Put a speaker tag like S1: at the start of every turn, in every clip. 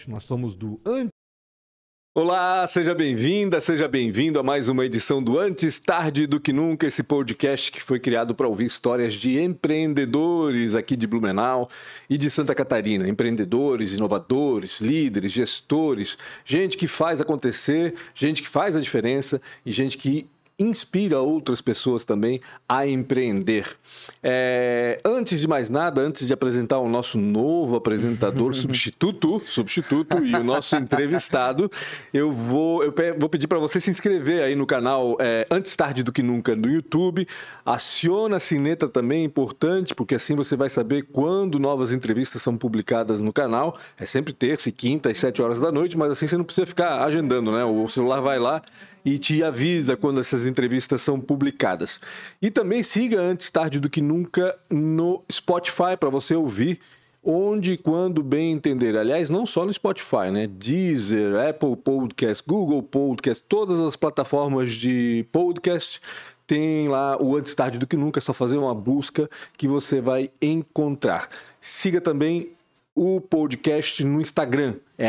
S1: podcast. Nós somos do
S2: Olá, seja bem-vinda, seja bem-vindo a mais uma edição do Antes Tarde do Que Nunca, esse podcast que foi criado para ouvir histórias de empreendedores aqui de Blumenau e de Santa Catarina. Empreendedores, inovadores, líderes, gestores, gente que faz acontecer, gente que faz a diferença e gente que inspira outras pessoas também a empreender. Antes de mais nada, antes de apresentar o nosso novo apresentador substituto e o nosso entrevistado, eu vou pedir para você se inscrever aí no canal Antes Tarde do Que Nunca no YouTube. Aciona a sineta também, importante, porque assim você vai saber quando novas entrevistas são publicadas no canal. É sempre terça e quinta às 7 horas da noite, mas assim você não precisa ficar agendando, né? O celular vai lá e te avisa quando essas entrevistas são publicadas. E também siga Antes Tarde do Que Nunca no Spotify para você ouvir onde e quando bem entender. Aliás, não só no Spotify, né? Deezer, Apple Podcast, Google Podcast, todas as plataformas de podcast tem lá o Antes Tarde do Que Nunca, é só fazer uma busca que você vai encontrar. Siga também o podcast no Instagram, é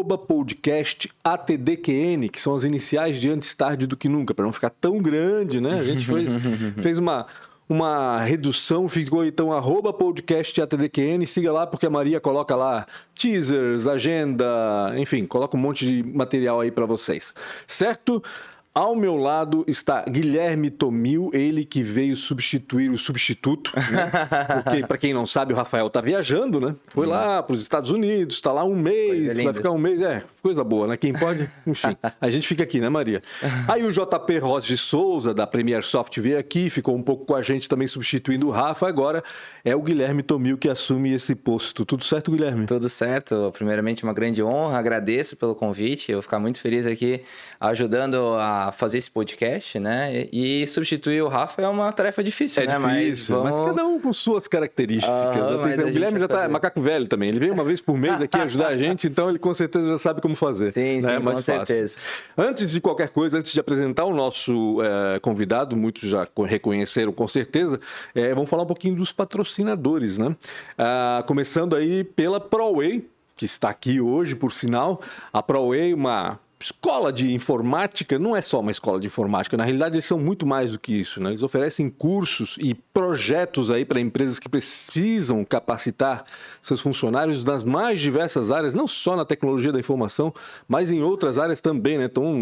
S2: @podcastatdqn, que são as iniciais de Antes Tarde do Que Nunca, para não ficar tão grande, né? A gente fez uma redução, ficou então @podcastatdqn, siga lá porque a Maria coloca lá teasers, agenda, enfim, coloca um monte de material aí para vocês, certo? Ao meu lado está Guilherme Tomil, ele que veio substituir o substituto, né? Porque, para quem não sabe, o Rafael tá viajando, né? Foi lá para os Estados Unidos, está lá um mês, vai ficar um mês, coisa boa, né? Quem pode, enfim, a gente fica aqui, né, Maria? Aí o JP Rossi de Souza, da Premier Soft, veio aqui, ficou um pouco com a gente também substituindo o Rafa, agora é o Guilherme Tomil que assume esse posto. Tudo certo, Guilherme?
S3: Tudo certo, primeiramente uma grande honra, agradeço pelo convite, eu vou ficar muito feliz aqui ajudando a fazer esse podcast, né? E substituir o Rafa é uma tarefa difícil, né?
S2: Mas cada um com suas características. O Guilherme já tá macaco velho também. Ele vem uma vez por mês aqui ajudar a gente, então ele com certeza já sabe como fazer.
S3: Sim,
S2: né?
S3: Com certeza.
S2: Antes de qualquer coisa, antes de apresentar o nosso convidado, muitos já reconheceram com certeza, vamos falar um pouquinho dos patrocinadores, né? Começando aí pela ProWay, que está aqui hoje, por sinal. A ProWay, uma escola de informática, não é só uma escola de informática, na realidade eles são muito mais do que isso, né? Eles oferecem cursos e projetos aí para empresas que precisam capacitar seus funcionários nas mais diversas áreas, não só na tecnologia da informação, mas em outras áreas também, né? Estão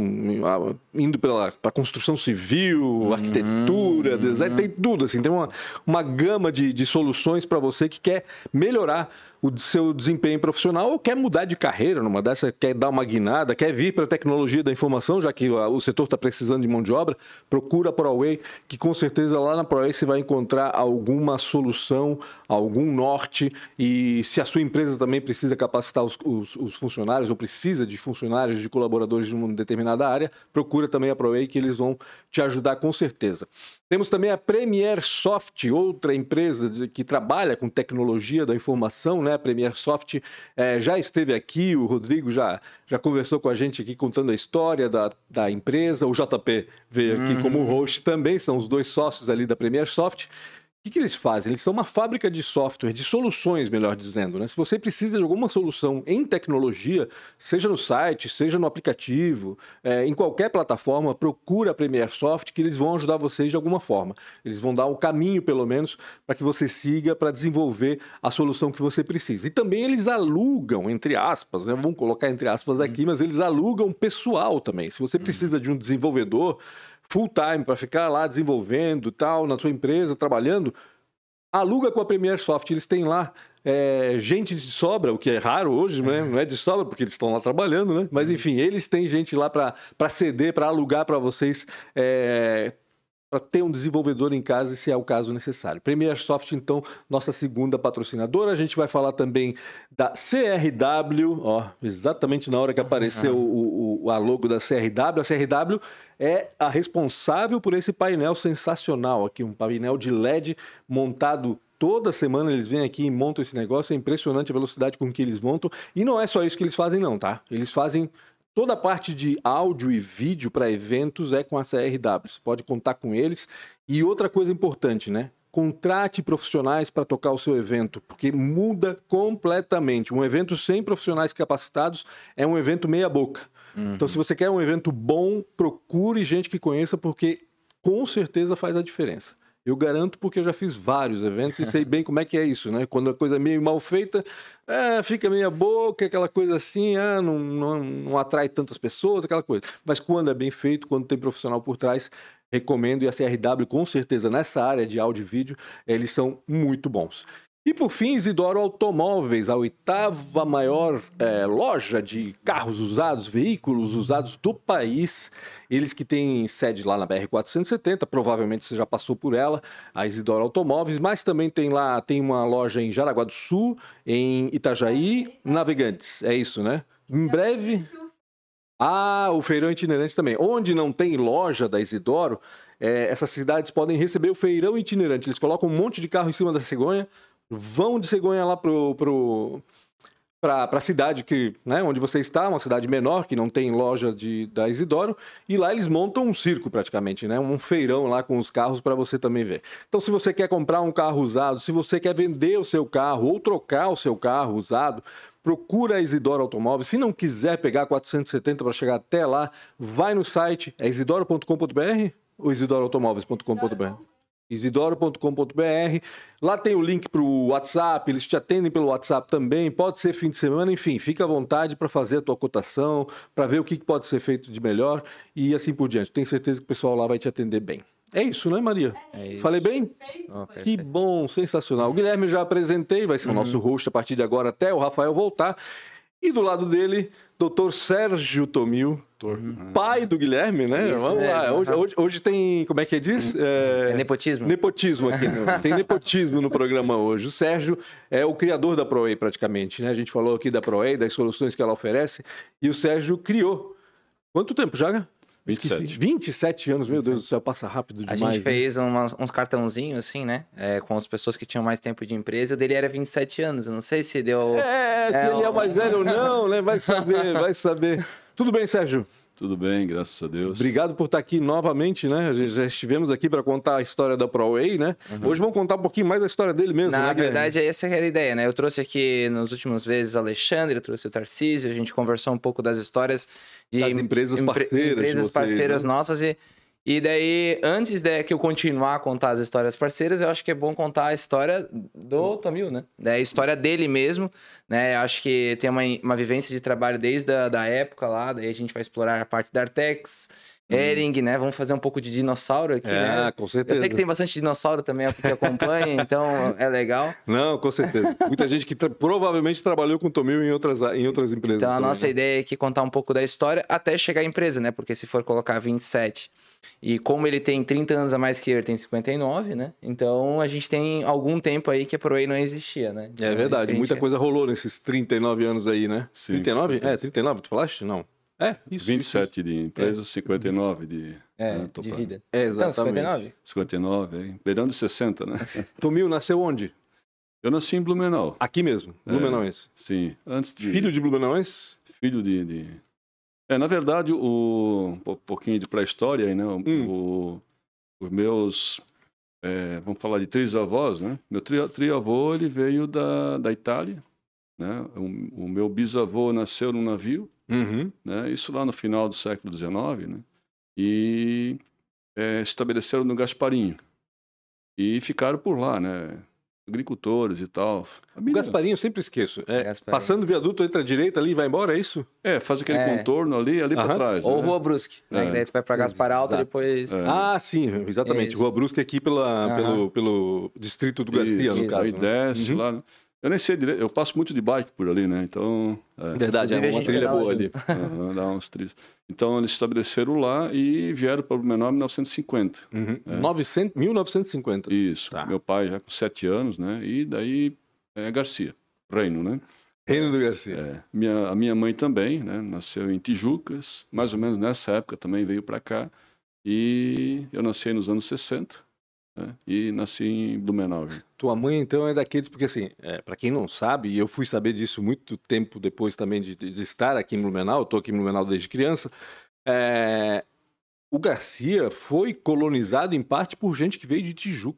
S2: indo para construção civil, arquitetura, design, tem tudo, assim, tem uma gama de soluções para você que quer melhorar o seu desempenho profissional ou quer mudar de carreira, numa dessa, quer dar uma guinada, quer vir para a tecnologia da informação, já que o setor está precisando de mão de obra, procura a ProWay, que com certeza lá na ProWay você vai encontrar alguma solução, algum norte, e se a sua empresa também precisa capacitar os funcionários ou precisa de funcionários, de colaboradores de uma determinada área, procura também a ProWay que eles vão te ajudar com certeza. Temos também a Premier Soft, outra empresa que trabalha com tecnologia da informação, né? A Premier Soft já esteve aqui, o Rodrigo já conversou com a gente aqui contando a história da empresa, o JP veio aqui como host também, são os dois sócios ali da Premier Soft. O que eles fazem? Eles são uma fábrica de software, de soluções, melhor dizendo, né? Se você precisa de alguma solução em tecnologia, seja no site, seja no aplicativo, em qualquer plataforma, procura a Premier Soft que eles vão ajudar vocês de alguma forma. Eles vão dar um caminho, pelo menos, para que você siga para desenvolver a solução que você precisa. E também eles alugam, entre aspas, né? Vamos colocar entre aspas aqui, mas eles alugam pessoal também. Se você precisa de um desenvolvedor full time para ficar lá desenvolvendo tal, na sua empresa, trabalhando, aluga com a Premier Soft. Eles têm lá gente de sobra, o que é raro hoje, né? Não é de sobra porque eles estão lá trabalhando, né? Mas enfim, eles têm gente lá para ceder, para alugar para vocês, para ter um desenvolvedor em casa, se é o caso necessário. Premier Soft, então, nossa segunda patrocinadora. A gente vai falar também da CRW, exatamente na hora que apareceu a logo da CRW. A CRW é a responsável por esse painel sensacional aqui, um painel de LED montado toda semana. Eles vêm aqui e montam esse negócio. É impressionante a velocidade com que eles montam. E não é só isso que eles fazem, não, tá? Eles fazem toda a parte de áudio e vídeo para eventos com a CRW. Você pode contar com eles. E outra coisa importante, né? contrate profissionais para tocar o seu evento, porque muda completamente. Um evento sem profissionais capacitados é um evento meia boca. Então, se você quer um evento bom, procure gente que conheça, porque com certeza faz a diferença. Eu garanto, porque eu já fiz vários eventos e sei bem como é que é isso, né? Quando a coisa é meio mal feita, fica meia boca, aquela coisa assim, não atrai tantas pessoas, aquela coisa. Mas quando é bem feito, quando tem profissional por trás, recomendo. E a CRW, com certeza, nessa área de áudio e vídeo, eles são muito bons. E por fim, Isidoro Automóveis, a 8ª maior loja de carros usados, veículos usados do país. Eles que têm sede lá na BR-470, provavelmente você já passou por ela, a Isidoro Automóveis, mas também tem uma loja em Jaraguá do Sul, em Itajaí, Navegantes, é isso, né? Em breve... o feirão itinerante também. Onde não tem loja da Isidoro, essas cidades podem receber o feirão itinerante. Eles colocam um monte de carro em cima da cegonha, vão de cegonha lá para a cidade onde você está, uma cidade menor, que não tem loja da Isidoro, e lá eles montam um circo praticamente, né? Um feirão lá com os carros para você também ver. Então, se você quer comprar um carro usado, se você quer vender o seu carro ou trocar o seu carro usado, procura a Isidoro Automóveis. Se não quiser pegar 470 para chegar até lá, vai no site, isidoro.com.br ou isidoroautomóveis.com.br? isidoro.com.br. Lá tem o link para o WhatsApp, eles te atendem pelo WhatsApp também, pode ser fim de semana, enfim, fica à vontade para fazer a tua cotação, para ver o que pode ser feito de melhor e assim por diante. Tenho certeza que o pessoal lá vai te atender bem. É isso, né, Maria?
S3: É isso.
S2: Falei bem? Que bom, sensacional. O Guilherme eu já apresentei, vai ser o nosso host a partir de agora até o Rafael voltar. E do lado dele, Dr. Sérgio Tomil, pai do Guilherme, né?
S3: Isso
S2: Vamos lá. Hoje tem, como é que diz?
S3: Nepotismo.
S2: Nepotismo aqui. Tem nepotismo no programa hoje. O Sérgio é o criador da ProWay praticamente, né? A gente falou aqui da ProWay, das soluções que ela oferece, e o Sérgio criou. Quanto tempo já? 27 anos, meu Deus do céu, passa rápido demais.
S3: A gente fez uns cartãozinhos assim, né? Com as pessoas que tinham mais tempo de empresa. O dele era 27 anos, eu não sei se deu...
S2: se ele é mais velho ou não, né? Vai saber. Tudo bem, Sérgio?
S1: Tudo bem, graças a Deus.
S2: Obrigado por estar aqui novamente, né? Já estivemos aqui para contar a história da ProWay, né? Hoje vamos contar um pouquinho mais da história dele mesmo,
S3: Na verdade, essa era a ideia, né? Eu trouxe aqui nos últimos vezes o Alexandre, eu trouxe o Tarcísio, a gente conversou um pouco das histórias
S2: das empresas parceiras
S3: nossas e daí, antes que eu continuar a contar as histórias parceiras, eu acho que é bom contar a história do Tomil, né? A história dele mesmo, né? Eu acho que tem uma vivência de trabalho desde da época lá, daí a gente vai explorar a parte da Artex, Hering, né? Vamos fazer um pouco de dinossauro aqui, né?
S2: Com certeza.
S3: Eu sei que tem bastante dinossauro também que acompanha, então é legal.
S2: Não, com certeza. Muita gente que provavelmente trabalhou com o Tomil em outras empresas.
S3: Então a nossa ideia é aqui contar um pouco da história até chegar à empresa, né? Porque se for colocar 27 e como ele tem 30 anos a mais que eu, ele tem 59, né? Então a gente tem algum tempo aí que a ProWay não existia, né? Então,
S2: é verdade, muita coisa rolou nesses 39 anos aí, né?
S1: Sim,
S2: 39? 39, tu falaste? Não.
S1: Isso. 27 de empresa, 59 de
S3: vida.
S2: Exatamente.
S3: Então,
S1: 59, beirando 60, né?
S2: Tomil nasceu onde?
S1: Eu nasci em Blumenau.
S2: Aqui mesmo, Blumenauense.
S1: Sim,
S2: Filho de Blumenauense?
S1: Filho de... na verdade, um pouquinho de pré-história aí, né? Os meus, vamos falar de trisavós, né? Meu triavô, ele veio da Itália, né? O meu bisavô nasceu num navio, né? Isso lá no final do século XIX, né? E se estabeleceram no Gasparinho. E ficaram por lá, né? Agricultores e tal.
S2: O Gasparinho eu sempre esqueço. Passando o viaduto, entra à direita ali e vai embora, é isso?
S1: Faz aquele contorno ali para trás.
S3: Ou
S1: né?
S3: Rua Brusque. Né? Daí tu vai para Gaspar Alto, depois...
S2: sim, exatamente. Rua Brusque aqui pelo distrito do Garcia, no caso.
S1: Aí desce lá, né? Eu nem sei direito, eu passo muito de bike por ali, né? Então...
S2: Verdade, é uma trilha boa ali.
S1: Dá uns trilhos. Então, eles se estabeleceram lá e vieram para o Blumenau em 1950.
S2: 1950.
S1: Isso. Tá. Meu pai já com 7 anos, né? E daí Garcia, Reino, né?
S2: Reino do Garcia.
S1: A minha mãe também, né? Nasceu em Tijucas, mais ou menos nessa época também veio para cá. E eu nasci nos anos 60. E nasci em Blumenau.
S2: Tua mãe, então, é daqueles... Porque, assim, para quem não sabe, e eu fui saber disso muito tempo depois também de estar aqui em Blumenau, eu estou aqui em Blumenau desde criança, o Garcia foi colonizado, em parte, por gente que veio de Tijucas.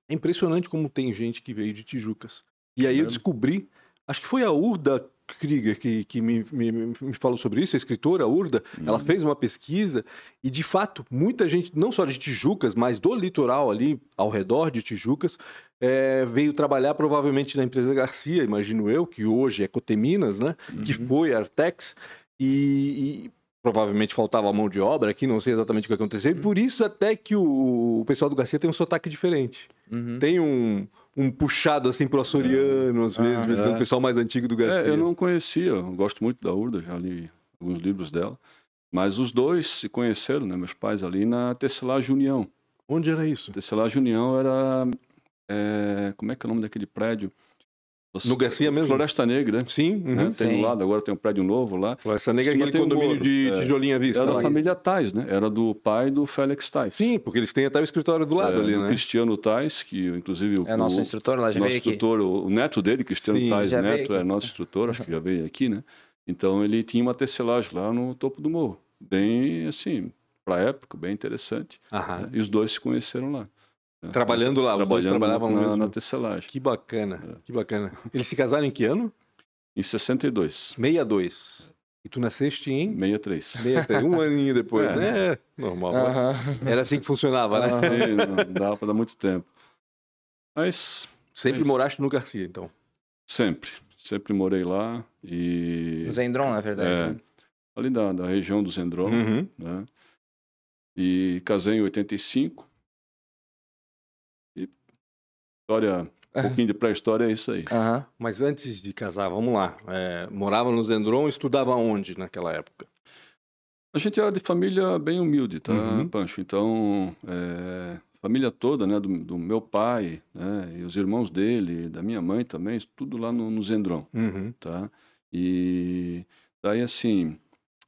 S2: É impressionante como tem gente que veio de Tijucas. E aí eu descobri, acho que foi a Urda Krieger que me falou sobre isso, a escritora Urda, ela fez uma pesquisa e, de fato, muita gente, não só de Tijucas, mas do litoral ali, ao redor de Tijucas, veio trabalhar provavelmente na empresa Garcia, imagino eu, que hoje é Coteminas, né? Que foi a Artex, e provavelmente faltava mão de obra aqui, não sei exatamente o que aconteceu, e por isso até que o pessoal do Garcia tem um sotaque diferente. Tem um puxado assim pro açoriano, às vezes, que é o pessoal mais antigo do Garcia.
S1: Eu não conhecia, eu gosto muito da Urda, já li alguns livros dela, mas os dois se conheceram, né, meus pais, ali na Tecelagem União.
S2: Onde era isso?
S1: Tecelagem União era, como é que é o nome daquele prédio?
S2: No Garcia mesmo?
S1: Floresta Negra, né?
S2: Sim.
S1: Tem
S3: sim.
S1: do lado, agora tem um prédio novo lá.
S2: Floresta Negra é aquele
S1: tem um
S2: condomínio
S1: morro.
S2: de tijolinho à vista.
S1: Era
S2: lá.
S1: da família Tais, né? Era do pai do Félix Tais.
S2: Sim, porque eles têm até o escritório do lado ali,
S1: do
S2: né?
S1: Cristiano Tais, que inclusive
S3: É nosso instrutor, lá já
S1: nosso
S3: veio aqui.
S1: instrutor, o neto dele, Cristiano
S2: Sim,
S1: Tais
S3: já veio
S1: Neto,
S3: aqui.
S1: é nosso instrutor, acho que já veio aqui, né? Então ele tinha uma tecelagem lá no topo do morro. Bem, assim, para época, bem interessante.
S2: Aham.
S1: Né? E os dois se conheceram lá. Né?
S2: Trabalhando lá, os dois trabalhavam
S1: na,
S2: mesmo.
S1: na tecelagem.
S2: Que bacana, que bacana. Eles se casaram em que ano?
S1: Em 62,
S2: 62. E tu nasceste em
S1: 63.
S2: 63, um aninho depois, né? Normal. Era assim que funcionava, né?
S1: Sim, não dava para dar muito tempo. Mas
S2: Sempre
S1: isso.
S2: moraste no Garcia, então.
S1: sempre morei lá e
S3: No Zendron, na verdade. né?
S1: ali da região do Zendron,
S2: Uhum.
S1: né? E casei em 85. E história, um pouquinho de pré-história é isso aí.
S3: Aham.
S2: Mas antes de casar, vamos lá. Morava no Zendron, estudava onde naquela época?
S1: A gente era de família bem humilde, tá,
S2: Uhum.
S1: Pancho? Então, família toda, né, do meu pai, né, e os irmãos dele, da minha mãe também, tudo lá no Zendron,
S2: Uhum.
S1: tá? E daí, assim,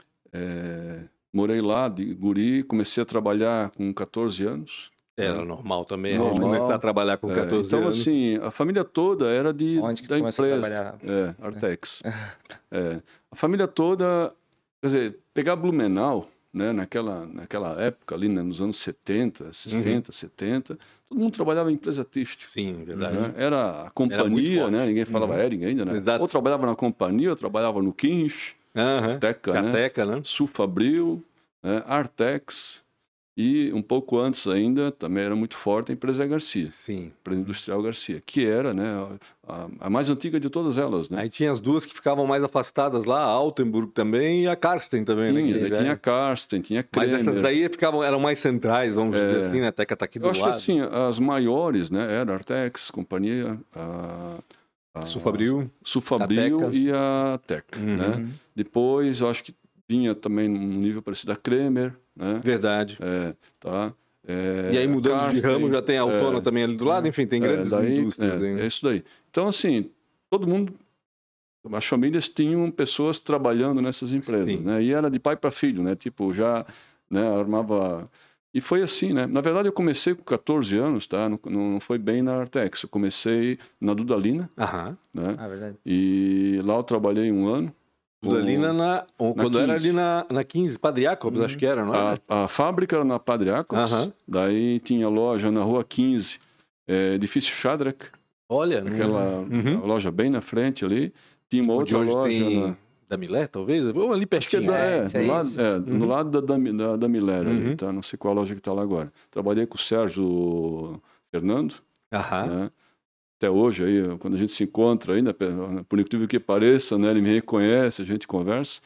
S1: morei lá de guri, comecei a trabalhar com 14 anos.
S2: Era normal também. A
S1: Normal.
S2: gente começar a trabalhar com 14
S1: Então,
S2: anos.
S1: assim, a família toda era
S3: Onde que tu
S1: da
S3: começou a
S1: empresa.
S3: trabalhar?
S1: Artex. A família toda, quer dizer, pegar Blumenau, né, naquela época ali, né, nos anos 70, 60, 70, todo mundo trabalhava em empresa têxtil.
S2: Sim, verdade.
S1: Né? Era a
S2: muito
S1: companhia,
S2: forte.
S1: né? Ninguém falava Hering ainda, né?
S2: Exato.
S1: Ou trabalhava na companhia, ou trabalhava no Quinch,
S2: Aham.
S1: Teca, né?
S2: Cateca, né?
S1: Sulfabril, né? Artex, e um pouco antes ainda, também era muito forte a empresa Garcia,
S2: Sim.
S1: a empresa industrial Garcia, que era, né, a mais antiga de todas elas, né?
S2: Aí tinha as duas que ficavam mais afastadas lá, a Altenburg também e a Karsten também, né?
S1: Tinha Karsten, tinha
S2: Mas
S1: Kremer.
S2: essas daí eram mais centrais, vamos dizer assim, né? A Teca tá aqui do
S1: Eu acho que
S2: lado.
S1: assim, as maiores, né, era a Artex, companhia, a
S2: Sulfabril.
S1: Sulfabril
S2: a Teca.
S1: e a Teca, né? Depois, eu acho que vinha também num nível parecido a Kremer, né?
S2: Verdade.
S1: Tá?
S2: E aí, mudando de ramo, já tem a Autônoma também ali do lado, enfim, tem grandes indústrias aí.
S1: É isso daí. Então, assim, todo mundo, as famílias tinham pessoas trabalhando nessas empresas,
S2: Sim.
S1: né? E era de pai para filho, né? Tipo, já, né, armava... E foi assim, né? Na verdade, eu comecei com 14 anos, tá? Não foi bem na Artex. Eu comecei na Dudalina,
S2: Aham.
S1: né?
S3: Ah, verdade.
S1: E lá eu trabalhei um ano.
S2: Dudalina quando
S1: 15.
S2: era ali na 15, Padre Jacobs, acho que era, não era?
S1: A fábrica era na Padre Jacobs,
S2: Aham.
S1: daí tinha loja na Rua 15, edifício Shadrach,
S2: Olha,
S1: aquela loja bem na frente ali. Tinha uma
S2: onde
S1: outra
S2: hoje
S1: loja
S2: tem da Milé, talvez? Ou ali
S1: acho que
S2: pertinho.
S1: no lado da Miller, ali, tá? Não sei qual loja que está lá agora. Trabalhei com o Sérgio Fernando,
S2: Aham.
S1: né? Até hoje, aí, quando a gente se encontra ainda, por incrível que pareça, né, ele me reconhece, a gente conversa.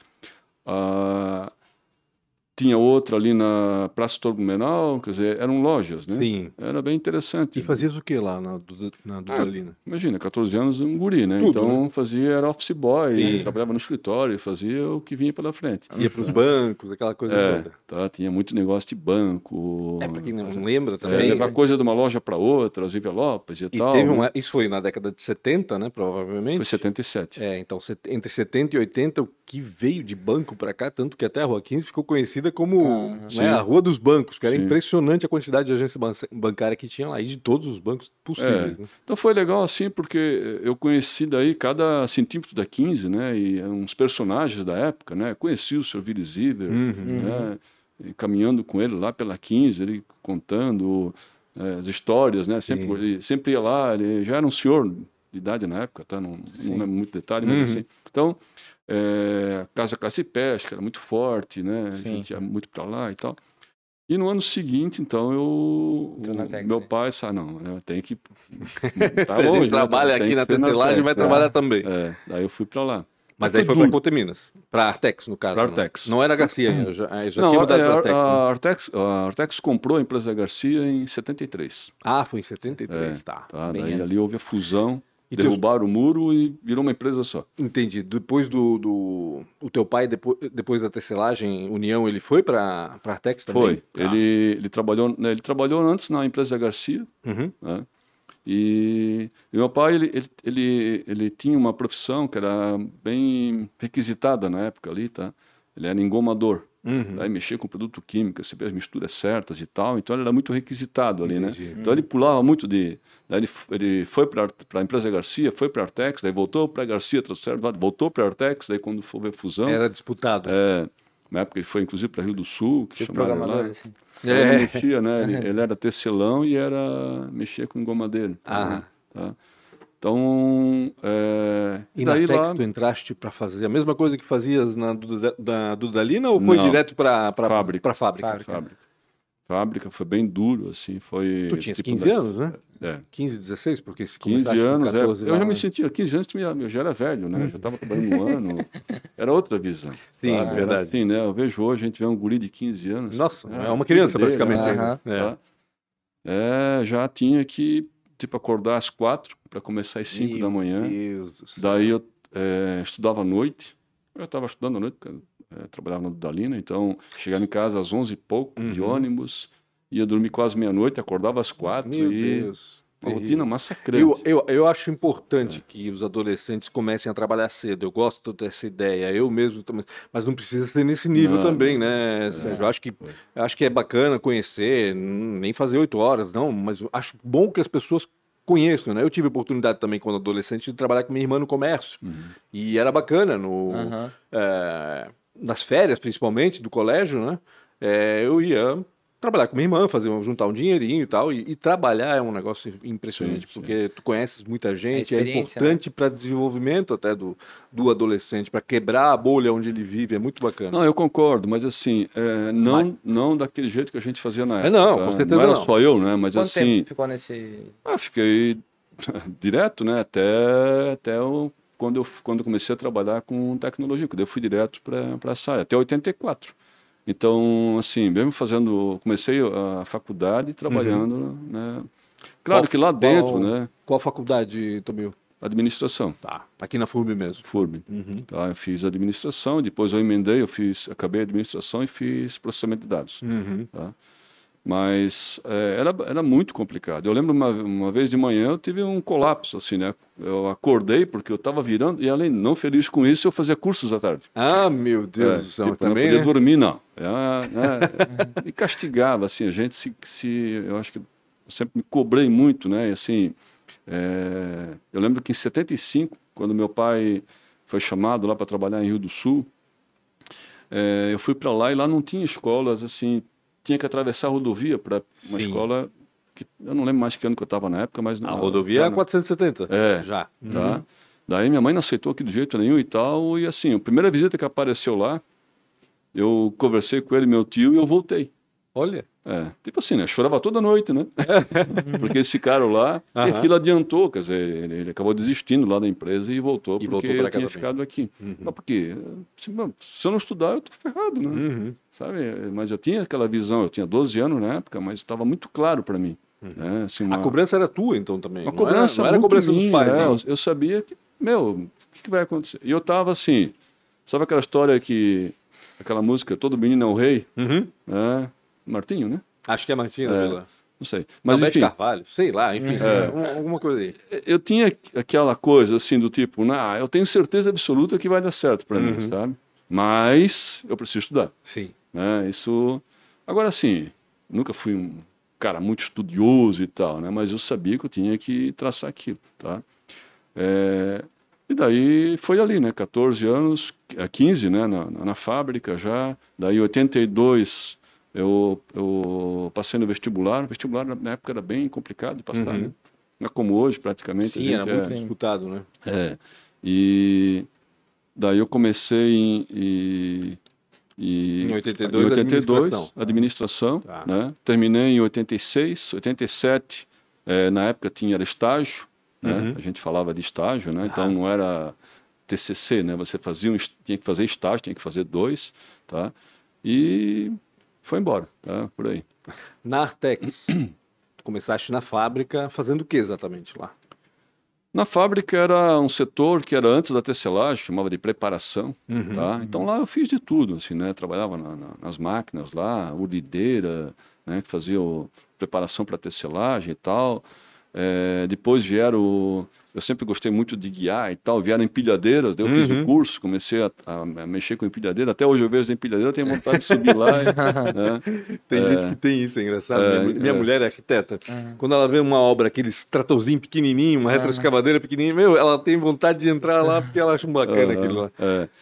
S1: Tinha outra ali na Praça Doutor Blumenau, quer dizer, eram lojas, né?
S2: Sim.
S1: Era bem interessante.
S2: E fazias o que lá na Dudalina?
S1: Imagina, 14 anos, um guri, né?
S2: Tudo,
S1: Então era office boy,
S2: Sim.
S1: trabalhava no escritório, fazia o que vinha pela frente.
S2: Ia para os bancos, aquela coisa toda.
S1: Tá, tinha muito negócio de banco.
S2: Para quem não lembra também.
S1: Levar coisa de uma loja para outra, os envelopes e
S2: E
S1: tal.
S2: teve
S1: né?
S2: isso foi na década de 70, né? Provavelmente.
S1: Foi 77.
S2: Então entre 70 e 80, o que veio de banco para cá, tanto que até a Rua 15 ficou conhecida como
S1: Sim.
S2: a Rua dos Bancos, que era
S1: Sim.
S2: impressionante a quantidade de agência bancária que tinha lá, e de todos os bancos possíveis. Né?
S1: Então foi legal assim, porque eu conheci daí cada centímetro da 15, né? E uns personagens da época, né? Conheci o Sr. Vili Zieber, né? E caminhando com ele lá pela 15, ele contando as histórias, né?
S2: Sim.
S1: Ele sempre ia lá, ele já era um senhor de idade na época, tá? Não lembro muito detalhe, mas assim. Então, Casa Caça e Pesca era muito forte, né? A gente ia muito para lá e tal. E no ano seguinte, então, meu pai disse, não, tem que...
S2: Tá longe, a gente trabalha aqui na tecelagem, vai trabalhar também.
S1: Daí eu fui para lá.
S2: Mas aí foi para Coteminas, para Artex, no caso.
S1: Para Artex.
S2: Não era Garcia ainda, já
S1: não,
S2: tinha mudado para
S1: Artex. A Artex comprou a empresa Garcia em 73.
S2: Ah, foi em 73, tá.
S1: Daí ali houve a fusão, derrubaram o muro e virou uma empresa só.
S2: Entendi. Depois o teu pai, depois da tecelagem, União, ele foi para Artex também?
S1: Foi. Ele trabalhou antes na empresa Garcia, né? E meu pai, ele tinha uma profissão que era bem requisitada na época ali, tá? Ele era engomador. Daí mexia com produto químico, sempre as misturas certas e tal. Então ele era muito requisitado ali, né? Então ele pulava muito de... Daí ele foi para a empresa Garcia, foi para a Artex, daí voltou para a Garcia, voltou para a Artex, daí quando foi a fusão...
S2: Era disputado.
S1: Na época ele foi inclusive para Rio do Sul, que
S3: chamaram programador,
S1: lá.
S3: assim.
S1: Ele mexia, né? Ele era tecelão e mexia com engomadeira. Tá? Então,
S2: e
S1: daí
S2: na Artex
S1: lá...
S2: tu entraste para fazer a mesma coisa que fazias na Dudalina ou foi direto para fábrica?
S1: Fábrica foi bem duro, assim, foi...
S2: Tu tinha 15 anos, né? 15, 16, porque se
S1: 15 anos,
S2: com 14
S1: eu já me sentia, 15 anos eu já era velho, né? Já estava trabalhando no ano, era outra visão.
S2: Sim, verdade.
S1: Assim, né? Eu vejo hoje, a gente vê um guri de 15 anos.
S2: Nossa, é uma criança praticamente.
S1: Já tinha que, acordar às 4 para começar às 5 da manhã.
S2: Deus do céu.
S1: Daí eu estudava à noite, eu estava estudando à noite, trabalhava na Dudalina, então chegava em casa às 11 e pouco, de ônibus, ia dormir quase meia-noite, acordava às 4.
S2: Meu Deus.
S1: Uma rotina massacrante.
S2: Eu acho importante que os adolescentes comecem a trabalhar cedo. Eu gosto dessa ideia, eu mesmo também. Mas não precisa ser nesse nível também, né, Sérgio? Eu acho que é bacana conhecer, nem fazer 8 horas, não, mas acho bom que as pessoas conheçam, né? Eu tive a oportunidade também, quando adolescente, de trabalhar com minha irmã no comércio. E era bacana, nas férias, principalmente, do colégio, né? Eu ia trabalhar com minha irmã, juntar um dinheirinho e tal, e trabalhar é um negócio impressionante, porque tu conheces muita gente, é importante, né? Para desenvolvimento até do adolescente, para quebrar a bolha onde ele vive, é muito bacana.
S1: Não, eu concordo, mas assim, não daquele jeito que a gente fazia na época.
S2: Não, com certeza
S1: não. Era só eu, né? Mas
S3: quanto
S1: assim...
S3: tempo ficou nesse...
S1: Fiquei direto, né? Até quando eu comecei a trabalhar com tecnologia, quando eu fui direto para essa área, até 84. Então, assim, mesmo comecei a faculdade trabalhando, né? Claro que lá dentro, né?
S2: Qual faculdade, Tomil?
S1: Administração.
S2: Tá, aqui na FURB mesmo.
S1: FURB. Tá, eu fiz administração, depois eu emendei, acabei a administração e fiz processamento de dados. Tá? Mas era muito complicado. Eu lembro uma vez de manhã eu tive um colapso, assim, né? Eu acordei porque eu estava virando e, além de não feliz com isso, eu fazia cursos à tarde.
S2: Ah, meu Deus do céu, também,
S1: não podia dormir, não. Me castigava, assim, a gente eu acho que eu sempre me cobrei muito, né? E, assim, eu lembro que em 75, quando meu pai foi chamado lá para trabalhar em Rio do Sul, eu fui para lá e lá não tinha escolas, assim, tinha que atravessar a rodovia para uma escola que eu não lembro mais que ano que eu estava na época, mas...
S2: A rodovia é 470.
S1: Já. Tá? Daí minha mãe não aceitou aqui de jeito nenhum e tal, e assim, a primeira visita que apareceu lá, eu conversei com ele, meu tio, e eu voltei.
S2: Olha.
S1: Tipo assim, né? Chorava toda noite, né? Porque eles ficaram lá e aquilo adiantou, quer dizer, ele acabou desistindo lá da empresa e voltou porque eu tinha ficado aqui. Mas porque, se eu não estudar, eu tô ferrado, né? Sabe? Mas eu tinha aquela visão, eu tinha 12 anos na época, mas estava muito claro para mim. Né? Assim,
S2: a cobrança era tua, então, também?
S1: A cobrança
S2: não era a cobrança dos pais.
S1: Eu sabia que, o que vai acontecer? E eu tava assim, sabe aquela história aquela música, Todo Menino é um Rei? Martinho, né?
S2: Acho que é Martinho, Vila.
S1: Não sei. Mas,
S2: enfim, Carvalho, sei lá, enfim, alguma coisa aí.
S1: Eu tinha aquela coisa, assim, do tipo, eu tenho certeza absoluta que vai dar certo para mim, sabe? Mas eu preciso estudar.
S2: Sim.
S1: Isso... Agora, assim, nunca fui um cara muito estudioso e tal, né? Mas eu sabia que eu tinha que traçar aquilo, tá? E daí foi ali, né? 14 anos, 15, né? Na fábrica já. Daí, em 82, eu passei no vestibular. O vestibular na época era bem complicado de passar, né? Não é como hoje, praticamente.
S2: Sim, era muito disputado, né?
S1: E daí eu comecei
S2: em 82,
S1: administração, né? Terminei em 86, 87, na época era estágio, né? A gente falava de estágio, né? Então não era TCC, né? Você tinha que fazer estágio, tinha que fazer 2, tá? E foi embora, tá? Por aí.
S2: Na Artex, tu começaste na fábrica fazendo o que exatamente lá?
S1: Na fábrica era um setor que era antes da tecelagem, chamava de preparação, tá? Então lá eu fiz de tudo, assim, né? Trabalhava nas máquinas lá, urdideira, né? Que fazia preparação para tecelagem e tal. Depois eu sempre gostei muito de guiar e tal, vieram empilhadeiras, daí eu fiz o curso, comecei a mexer com empilhadeira, até hoje eu vejo a empilhadeira, eu tenho vontade de subir lá. Né?
S2: Tem gente que tem isso, é engraçado. Minha mulher é arquiteta, quando ela vê uma obra, aqueles tratorzinho pequenininho, uma retroescavadeira pequenininha, ela tem vontade de entrar lá porque ela acha bacana aquilo lá.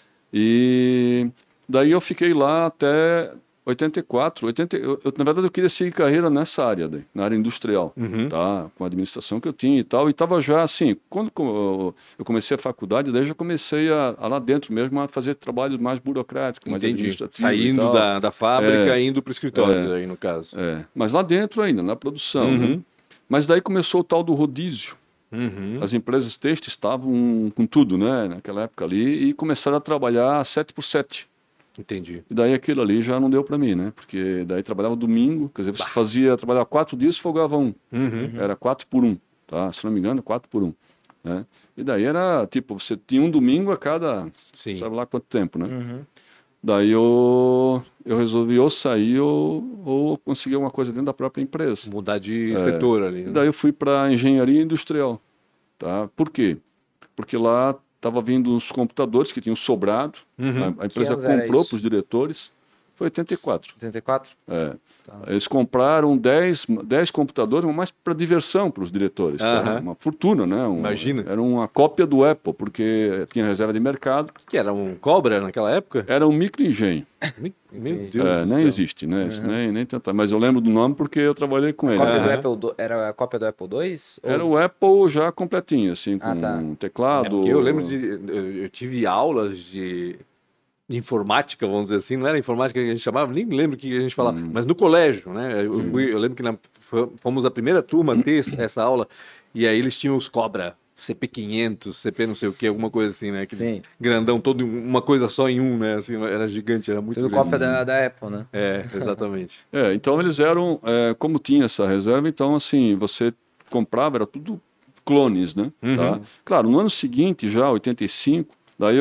S1: E daí eu fiquei lá até 84, na verdade eu queria seguir carreira nessa área, na área industrial, tá? Com a administração que eu tinha e tal, e estava já assim, quando eu comecei a faculdade, daí já comecei a lá dentro mesmo a fazer trabalhos mais burocráticos, mais administrativos.
S2: Saindo da fábrica, indo para o escritório, aí no caso.
S1: Mas lá dentro ainda, na produção. Né? Mas daí começou o tal do rodízio. As empresas têxteis estavam com tudo, né? Naquela época ali, e começaram a trabalhar 7x7.
S2: Entendi.
S1: E daí aquilo ali já não deu para mim, né? Porque daí trabalhava domingo, quer dizer, você trabalhava 4 dias e folgava 1. Era 4 por 1, tá? Se não me engano, 4 por 1. Né? E daí era, tipo, você tinha um domingo a cada, sabe lá quanto tempo, né? Daí eu resolvi ou sair ou conseguir alguma coisa dentro da própria empresa.
S2: Mudar de setor ali. Né?
S1: E daí eu fui para engenharia industrial, tá? Por quê? Porque lá estava vindo os computadores que tinham sobrado, a empresa comprou para os diretores, foi 84.
S3: 84?
S1: Tá. Eles compraram 10 computadores, mas mais para diversão para os diretores. Tá? Uma fortuna, né?
S2: Imagina.
S1: Era uma cópia do Apple, porque tinha reserva de mercado.
S2: Que era um Cobra naquela época?
S1: Era um microengenho.
S2: Meu Deus do céu.
S1: Nem existe, né? Nem tentar. Mas eu lembro do nome porque eu trabalhei com ele.
S3: Era a cópia do Apple II?
S1: Era o Apple já completinho, assim, com teclado.
S2: Eu lembro eu tive aulas de informática, vamos dizer assim, não era informática que a gente chamava, nem lembro o que a gente falava, mas no colégio, né? Eu lembro que fomos a primeira turma a ter essa aula, e aí eles tinham os Cobra, CP500, CP não sei o que, alguma coisa assim, né? Aquele grandão, todo uma coisa só em um, né? Assim, era gigante, era muito
S3: tudo
S2: grande.
S3: Cópia da Apple, né?
S2: Exatamente.
S1: Então eles eram, como tinha essa reserva, então assim, você comprava, era tudo clones, né? Tá? Claro, no ano seguinte, já, 85, daí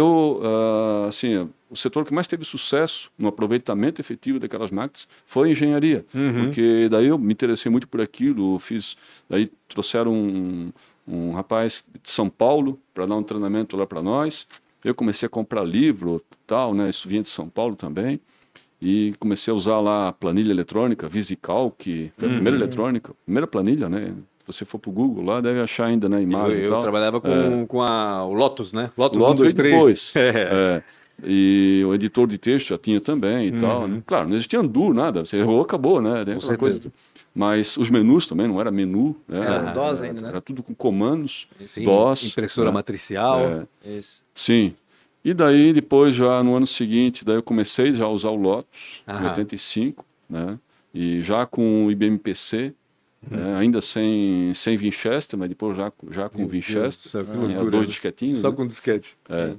S1: assim, o setor que mais teve sucesso no aproveitamento efetivo daquelas máquinas foi a engenharia, porque daí eu me interessei muito por aquilo, daí trouxeram um rapaz de São Paulo para dar um treinamento lá para nós, eu comecei a comprar livro e tal, né, isso vinha de São Paulo também, e comecei a usar lá a planilha eletrônica, VisiCalc, que foi a primeira eletrônica, primeira planilha, né, se você for para o Google lá, deve achar ainda na imagem
S2: eu
S1: e tal.
S2: trabalhava com o Lotus, né? Lotus
S1: 1, 2, 3. Depois. E o editor de texto já tinha também e tal. Né? Claro, não existia undo, nada. Você errou, acabou, né?
S2: Com
S1: coisa. Mas os menus também, não era menu. Né?
S3: Era DOS ainda, né?
S1: Era tudo com comandos,
S2: Sim,
S1: DOS.
S2: Impressora matricial.
S3: Isso.
S1: Sim. E daí, depois, já no ano seguinte, daí eu comecei já a usar o Lotus, em 85, né? E já com o IBM PC, ainda sem Winchester, mas depois já com Winchester. Tinha 2 disquetinhos.
S2: Só com disquete.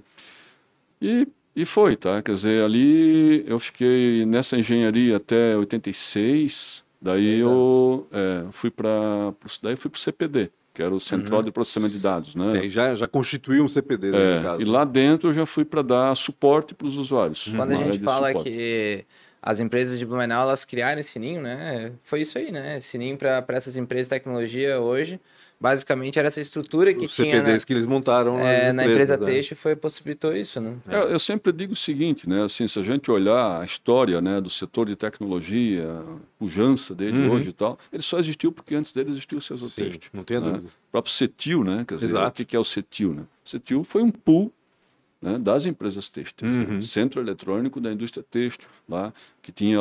S1: E foi, tá? Quer dizer, ali eu fiquei nessa engenharia até 86, daí eu fui para o CPD, que era o Central de Processamento de Dados, né?
S2: Já constituiu um CPD, no caso.
S1: E lá dentro eu já fui para dar suporte para os usuários.
S3: Quando a gente fala que as empresas de Blumenau, elas criaram esse sininho, né? Foi isso aí, né? Sininho para essas empresas de tecnologia hoje. Basicamente era essa estrutura que
S2: os
S3: tinha... Os
S2: CPDs que eles montaram
S3: na empresa têxtil possibilitou isso, né?
S1: Eu sempre digo o seguinte, né? Assim, se a gente olhar a história, né, do setor de tecnologia, a pujança dele hoje e tal, ele só existiu porque antes dele existiu o setor têxtil.
S2: Não tenho dúvida.
S1: O próprio CETIL, né? Quer dizer, o que é o CETIL, né? O CETIL foi um pool, né, das empresas têxteis, né? Centro Eletrônico da Indústria Têxtil, lá, que tinha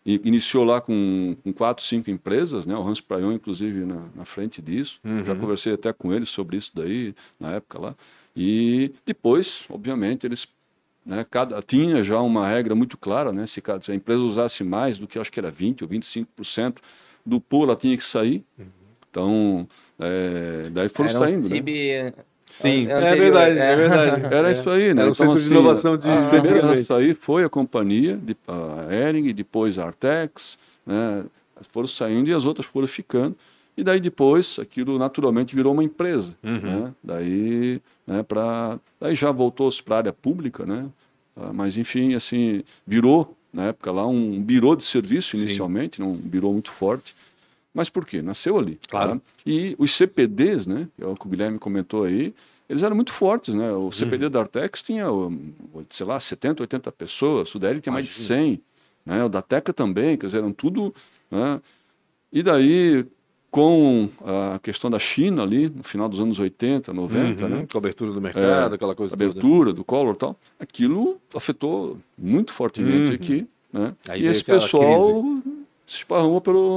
S1: iniciou lá com 4, 5 empresas, né? O Hans Prayon, inclusive, na frente disso. Já conversei até com ele sobre isso daí, na época lá. E depois, obviamente, eles... Né, tinha já uma regra muito clara, né? Se a empresa usasse mais do que acho que era 20% ou 25% do pool, ela tinha que sair. Então, daí foram saindo, né?
S2: Sim,
S3: anterior.
S2: é verdade, é verdade.
S1: Era isso aí, né?
S2: Era um centro de inovação de
S1: a primeira a sair foi a companhia, a Hering, depois a Artex, né? Foram saindo e as outras foram ficando. E daí depois aquilo naturalmente virou uma empresa, né? Daí, né, daí já voltou-se para a área pública, né? Mas enfim, assim, virou na época lá um birô de serviço inicialmente, um birô muito forte. Mas por quê? Nasceu ali.
S2: Claro.
S1: Tá? E os CPDs, né, que é o que o Guilherme comentou aí, eles eram muito fortes, né? O CPD da Artex tinha, sei lá, 70, 80 pessoas, o da Hering tinha mais de 100, né? O da Teca também, quer dizer, eram tudo, né? E daí, com a questão da China ali, no final dos anos 80, 90, né?
S2: Cobertura do mercado, aquela coisa
S1: abertura do Collor e tal, aquilo afetou muito fortemente aqui, né?
S2: Aí
S1: E esse pessoal se esparramou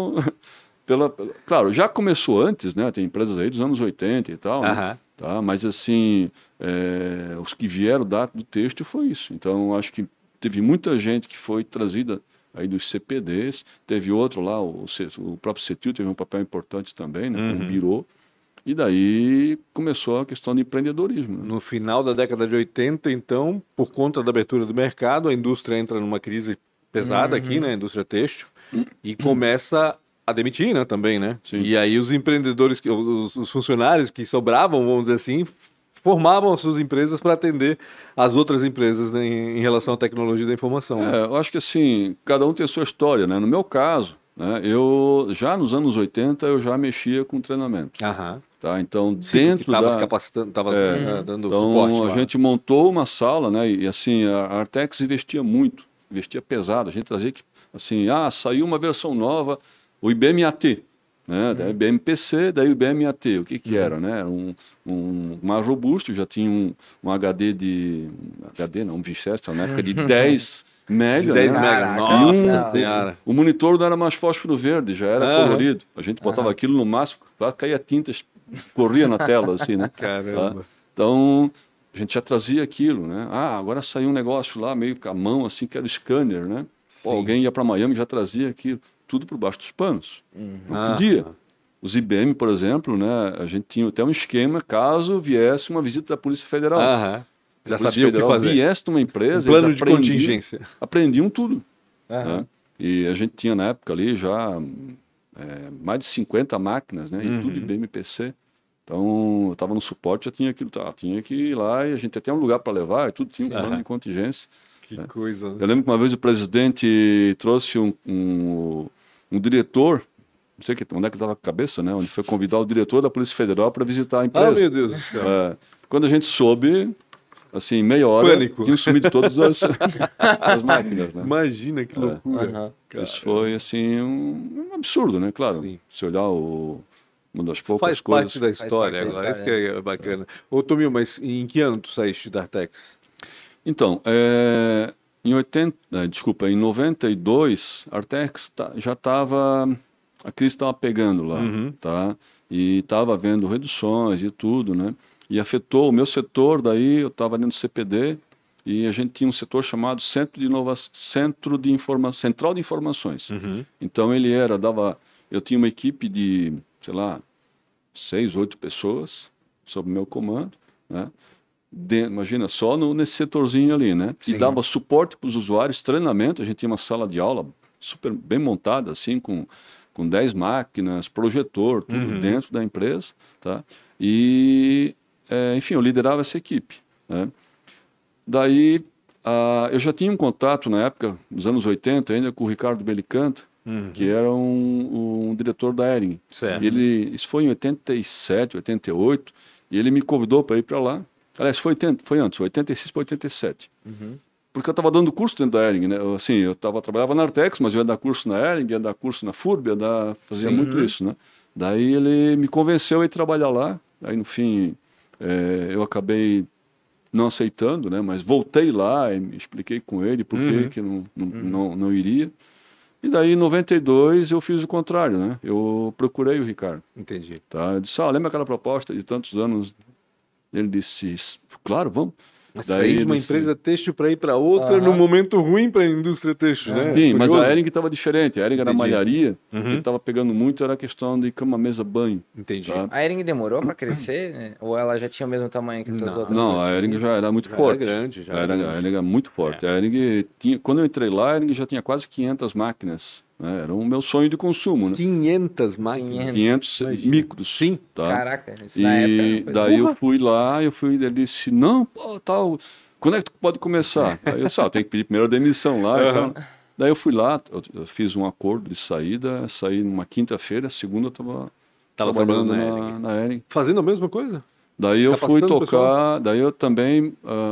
S1: Claro, já começou antes, né? Tem empresas aí dos anos 80 e tal, né? Tá? Mas assim, os que vieram do texto foi isso. Então, acho que teve muita gente que foi trazida aí dos CPDs, teve outro lá, o próprio CETIL teve um papel importante também, né? Como birô. E daí começou a questão de empreendedorismo. Né?
S2: No final da década de 80, então, por conta da abertura do mercado, a indústria entra numa crise pesada aqui, né? A indústria têxtil, e começa a demitir, né? Também, né?
S1: Sim.
S2: E aí os empreendedores, os funcionários que sobravam, vamos dizer assim, formavam as suas empresas para atender as outras empresas, né, em relação à tecnologia da informação. Né?
S1: Eu acho que assim, cada um tem a sua história, né? No meu caso, né, eu já nos anos 80 eu já mexia com treinamento. Tá? Então, dentro
S2: estava capacitando, estava dando
S1: então,
S2: suporte lá.
S1: A gente montou uma sala, né? E assim, a Artex investia muito, investia pesado. A gente trazia que, assim, saiu uma versão nova, o IBM AT, né? Daí o IBM PC, daí o IBM AT. O que era, né? Um mais robusto, já tinha um HD um Winchester, na época de 10 mega,
S2: 10
S1: né?
S2: mega. Nossa senhora.
S1: O monitor não era mais fósforo verde, já era colorido. A gente botava aquilo no máximo, caía tintas, corria na tela, assim, né?
S2: Caramba.
S1: Tá? Então, a gente já trazia aquilo, né? Agora saiu um negócio lá, meio com a mão, assim, que era o scanner, né? Pô, alguém ia para Miami e já trazia aquilo, tudo por baixo dos panos. Não podia. Os IBM, por exemplo, né? A gente tinha até um esquema caso viesse uma visita da Polícia Federal.
S2: Já sabia o que fazer.
S1: Viesse de uma empresa,
S2: plano de contingência.
S1: Aprendiam tudo. Né? E a gente tinha na época ali já mais de 50 máquinas, né? E tudo IBM PC. Então, eu estava no suporte, já tinha aquilo, tinha que ir lá e a gente até um lugar para levar, e tudo tinha um plano de contingência.
S2: Que coisa. Né?
S1: Eu lembro que uma vez o presidente trouxe um diretor, não sei onde é que estava a cabeça, né? Onde foi convidar o diretor da Polícia Federal para visitar a empresa.
S2: Meu Deus do céu.
S1: Quando a gente soube, assim, meia hora,
S2: Pânico.
S1: tinham sumido todas as máquinas. Né?
S2: Imagina que loucura.
S1: Isso foi, assim, um absurdo, né? Claro, se olhar uma das poucas coisas...
S2: Faz parte da história agora, isso que é bacana. Ô, Tomil, mas em que ano tu saíste da Artex?
S1: Então, em 92, a Artex já estava... A crise estava pegando lá, tá? E estava havendo reduções e tudo, né? E afetou o meu setor, daí eu estava dentro do CPD e a gente tinha um setor chamado Central de Informações. Então ele eu tinha uma equipe de, sei lá, 6, 8 pessoas sob meu comando, né? Imagina, só nesse setorzinho ali, né? Sim. E dava suporte para os usuários, treinamento, a gente tinha uma sala de aula super bem montada, assim, com 10 máquinas, projetor, tudo dentro da empresa, tá? E, enfim, eu liderava essa equipe, né? Daí, eu já tinha um contato na época, nos anos 80, ainda com o Ricardo Belicanto, que era um diretor da Hering.
S2: Certo.
S1: Isso foi em 87, 88, e ele me convidou para ir para lá. Aliás, foi antes, 86 para 87. Porque eu estava dando curso dentro da Hering, né? Eu trabalhava na Artex, mas eu ia dar curso na Hering, ia dar curso na FURB, fazia muito isso, né? Daí ele me convenceu a ir trabalhar lá. Aí, no fim, eu acabei não aceitando, né? Mas voltei lá e me expliquei com ele por que não iria. E daí, em 92, eu fiz o contrário, né? Eu procurei o Ricardo.
S2: Entendi.
S1: Tá? Eu disse, lembra aquela proposta de tantos anos? Ele disse, claro, vamos.
S2: Mas
S1: Daí
S2: sair de uma
S1: ele disse,
S2: empresa têxtil para ir para outra num momento ruim para a indústria têxtil, né?
S1: Sim, mas
S2: Curioso.
S1: a Hering estava diferente. A Hering era
S2: Entendi.
S1: malharia.
S2: Uhum.
S1: O que estava pegando muito era a questão de cama, mesa, banho.
S2: Entendi.
S1: Tá?
S3: A Hering demorou pra crescer, né? Ou ela já tinha o mesmo tamanho que essas outras?
S1: Não, a Hering já era muito
S2: Já
S1: forte.
S2: era grande, já
S1: A
S2: era
S1: Hering
S2: grande.
S1: era muito forte. A Hering tinha, quando eu entrei lá, a Hering já tinha quase 500 máquinas. Né? Era o meu sonho de consumo, né?
S2: 500 máquinas.
S1: 500 micros.
S2: Sim.
S1: Tá?
S3: Caraca, isso na época.
S1: E
S3: era uma coisa-
S1: daí eu fui lá, ele disse, não, pô, tal, quando é que tu pode começar? Aí eu disse, eu tenho que pedir primeiro a demissão lá.
S2: Uhum.
S1: Então, daí eu fui lá, eu fiz um acordo de saída, saí numa quinta-feira, segunda eu estava
S2: trabalhando na
S1: na Hering.
S2: Fazendo a mesma coisa?
S1: Daí eu fui
S2: Capacitando o pessoal?
S1: tocar, daí eu também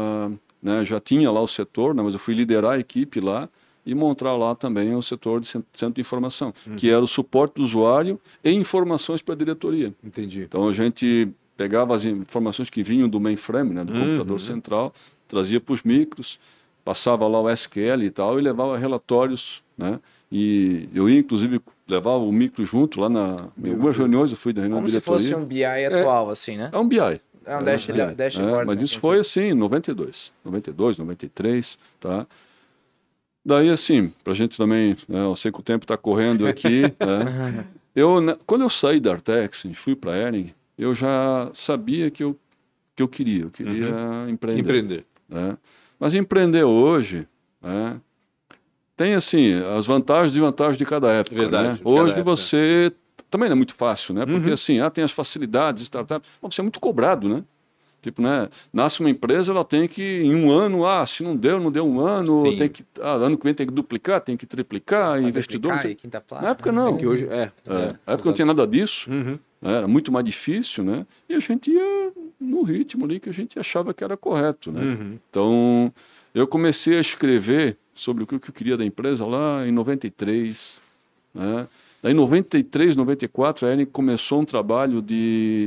S1: né, já tinha lá o setor, né, mas eu fui liderar a equipe lá e montar lá também o setor de centro de informação, que era o suporte do usuário e informações para a diretoria.
S2: Entendi.
S1: Então a gente pegava as informações que vinham do mainframe, né, do computador central, trazia para os micros, passava lá o SQL e tal, e levava relatórios, né? E eu ia, inclusive, levava o micro junto lá em algumas reuniões, eu fui da reunião
S3: Como
S1: da
S3: se fosse
S1: diretoria.
S3: um BI atual, assim, né?
S1: É um BI.
S3: É um dashboard.
S1: Mas
S3: né,
S1: isso
S3: que
S1: foi
S3: a gente
S1: assim em 92, 93, tá? Daí, assim, pra gente também, né, eu sei que o tempo está correndo aqui, né? Quando eu saí da Artex e fui para a Hering, eu já sabia que eu queria empreender.
S2: Empreender.
S1: Né? Mas empreender hoje, né, tem assim as vantagens e desvantagens de cada época.
S2: Verdade,
S1: né?
S2: de cada
S1: Hoje
S2: época.
S1: você também não é muito fácil, né? Porque assim, tem as facilidades, startup, mas você é muito cobrado, né? Tipo, né? Nasce uma empresa, ela tem que, em um ano, se não deu um ano,
S2: Sim.
S1: tem que, ano que vem tem que duplicar, tem que triplicar,
S3: Vai
S1: investidor.
S3: duplicar
S1: não sei-
S3: e quinta placa.
S1: Na época não.
S2: Que hoje
S1: Na época não tinha nada disso,
S2: Uhum.
S1: né? Era muito mais difícil, né? E a gente ia no ritmo ali que a gente achava que era correto, né?
S2: Uhum.
S1: Então, eu comecei a escrever sobre o que eu queria da empresa lá em 93, né? Daí, em 93, 94, a Hering começou um trabalho de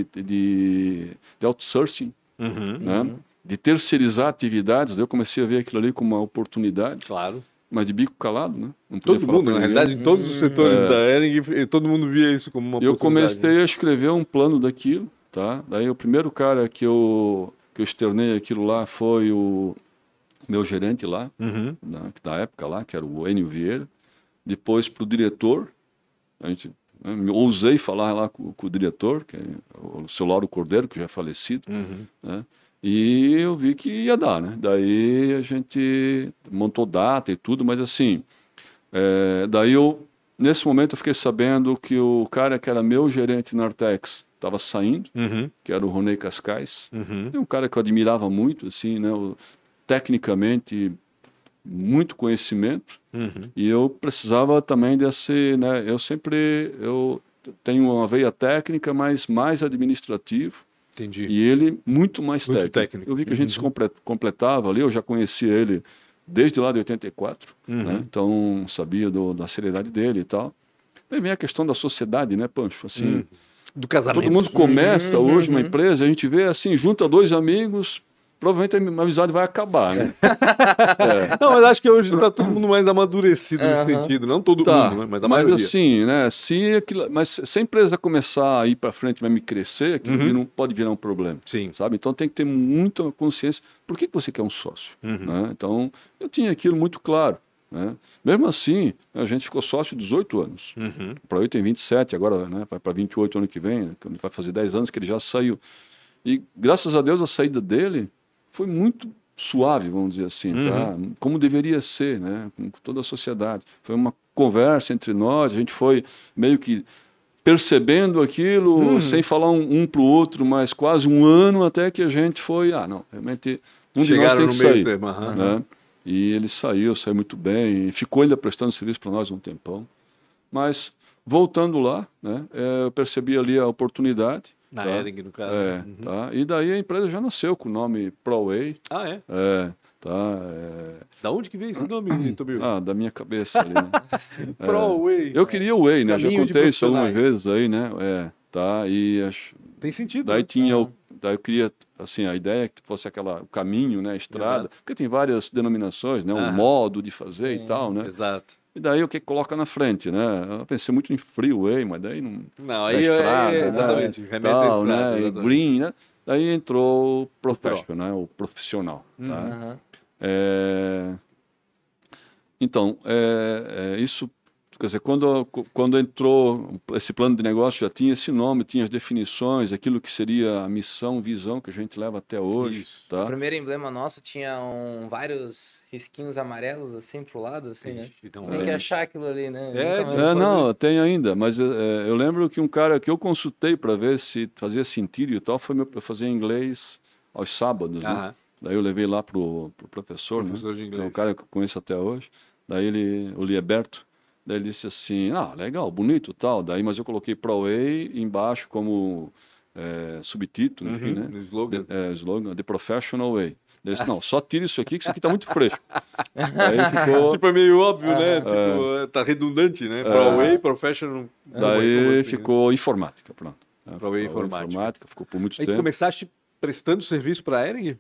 S1: outsourcing,
S2: Uhum.
S1: né? De terceirizar atividades. Daí eu comecei a ver aquilo ali como uma oportunidade,
S2: Claro.
S1: mas de bico calado, né? Não podia
S2: Todo
S1: falar
S2: mundo,
S1: pra
S2: na
S1: ninguém.
S2: realidade, em todos os setores da Hering, todo mundo via isso como uma
S1: Eu
S2: oportunidade.
S1: comecei a escrever um plano daquilo, tá? Daí o primeiro cara que eu externei aquilo lá foi o meu gerente lá,
S2: Uhum.
S1: da época lá, que era o Enio Vieira. Depois para o diretor, eu ousei falar lá com o diretor, que é o seu Lauro Cordeiro, que já é falecido,
S2: Uhum.
S1: né? E eu vi que ia dar, né? Daí a gente montou data e tudo, mas assim, daí nesse momento eu fiquei sabendo que o cara que era meu gerente na Artex estava saindo,
S2: Uhum.
S1: que era o Ronei Cascais.
S2: Uhum.
S1: É um cara que eu admirava muito, assim, né? Tecnicamente, muito conhecimento.
S2: Uhum.
S1: E eu precisava também desse, né? Eu tenho uma veia técnica, mas mais administrativo.
S2: Entendi.
S1: E ele muito mais
S2: Muito
S1: técnico.
S2: técnico.
S1: Eu vi que a gente se completava ali, eu já conhecia ele desde lá de 84, né? Então sabia da seriedade dele e tal. Daí vem a questão da sociedade, né, Pancho? Assim,
S2: Do casamento.
S1: todo mundo começa hoje uma empresa, a gente vê assim, junta dois amigos, provavelmente a amizade vai acabar, né?
S2: Não, mas acho que hoje está todo mundo mais amadurecido nesse sentido. Não todo mundo, né? Mas a maioria.
S1: assim, né? Mas se a empresa começar a ir para frente, vai me crescer, aquilo não pode virar um problema.
S2: Sim.
S1: Sabe? Então tem que ter muita consciência. Por que você quer um sócio? Né? Então eu tinha aquilo muito claro. Né? Mesmo assim, a gente ficou sócio 18 anos. Para eu tem 27, agora, né? Vai para 28 ano que vem, né? Vai fazer 10 anos que ele já saiu. E graças a Deus a saída dele foi muito suave, vamos dizer assim, tá? Como deveria ser, né? Com toda a sociedade. Foi uma conversa entre nós, a gente foi meio que percebendo aquilo, sem falar um para o outro, mas quase um ano até que a gente foi, não, realmente
S2: Chegaram
S1: de nós tem
S2: no
S1: que
S2: meio
S1: sair.
S2: termo,
S1: Né? E ele saiu muito bem, e ficou ainda prestando serviço para nós um tempão. Mas, voltando lá, né, eu percebi ali a oportunidade.
S2: Na
S1: tá?
S2: Hering, no caso.
S1: Tá? E daí a empresa já nasceu com o nome ProWay.
S2: Ah, é?
S1: Tá?
S2: Da onde que veio esse nome, Tobio?
S1: Da minha cabeça ali. Né?
S2: ProWay.
S1: Eu queria o Way, né? Já
S2: Caminho de
S1: contei isso algumas
S2: profissionais.
S1: vezes aí, né? Tá? E
S2: Tem sentido.
S1: daí
S2: né?
S1: tinha daí eu queria, assim, a ideia é que fosse o caminho, né? A estrada.
S2: Exato.
S1: Porque tem várias denominações, né? O modo de fazer e tal, né?
S2: Exato.
S1: E daí o que coloca na frente, né? Eu pensei muito em freeway, mas daí não...
S2: Não,
S1: da
S2: aí
S1: estrada,
S2: exatamente,
S1: né?
S2: remete à
S1: Tal,
S2: estrada,
S1: né? E
S2: exatamente.
S1: green, né? Daí entrou o professional, né? O profissional, tá?
S3: Aham.
S1: Então, isso, quer dizer, quando entrou esse plano de negócio, já tinha esse nome, tinha as definições, aquilo que seria a missão, visão que a gente leva até hoje,
S2: Isso.
S3: O
S1: tá?
S3: primeiro emblema nosso tinha vários risquinhos amarelos assim pro lado, assim, né?
S2: Ixi, então,
S3: Tem que achar aquilo ali, né?
S2: É,
S3: Nunca mais-
S2: fazer.
S1: Não, tem ainda, mas eu lembro que um cara que eu consultei para ver se fazia sentido e tal, foi eu fazer inglês aos sábados, né?
S2: Aham.
S1: Daí eu levei lá pro professor,
S2: Professor de
S1: né?
S2: inglês.
S1: É um cara que eu conheço até hoje. Daí o Lieberto, daí ele disse assim, legal, bonito tal. Daí, mas eu coloquei ProWay embaixo como subtítulo, enfim, né?
S2: Slogan.
S1: Slogan, The Professional Way. Ele disse, não, só tira isso aqui, que isso aqui tá muito fresco. Daí ficou...
S2: Tipo, é meio óbvio, né? Tipo, tá redundante, né? ProWay, Professional.
S1: Daí
S2: como assim,
S1: ficou informática, pronto.
S2: ProWay Informática.
S1: Ficou por muito
S2: Aí tu
S1: tempo.
S2: começaste prestando serviço para a Ering?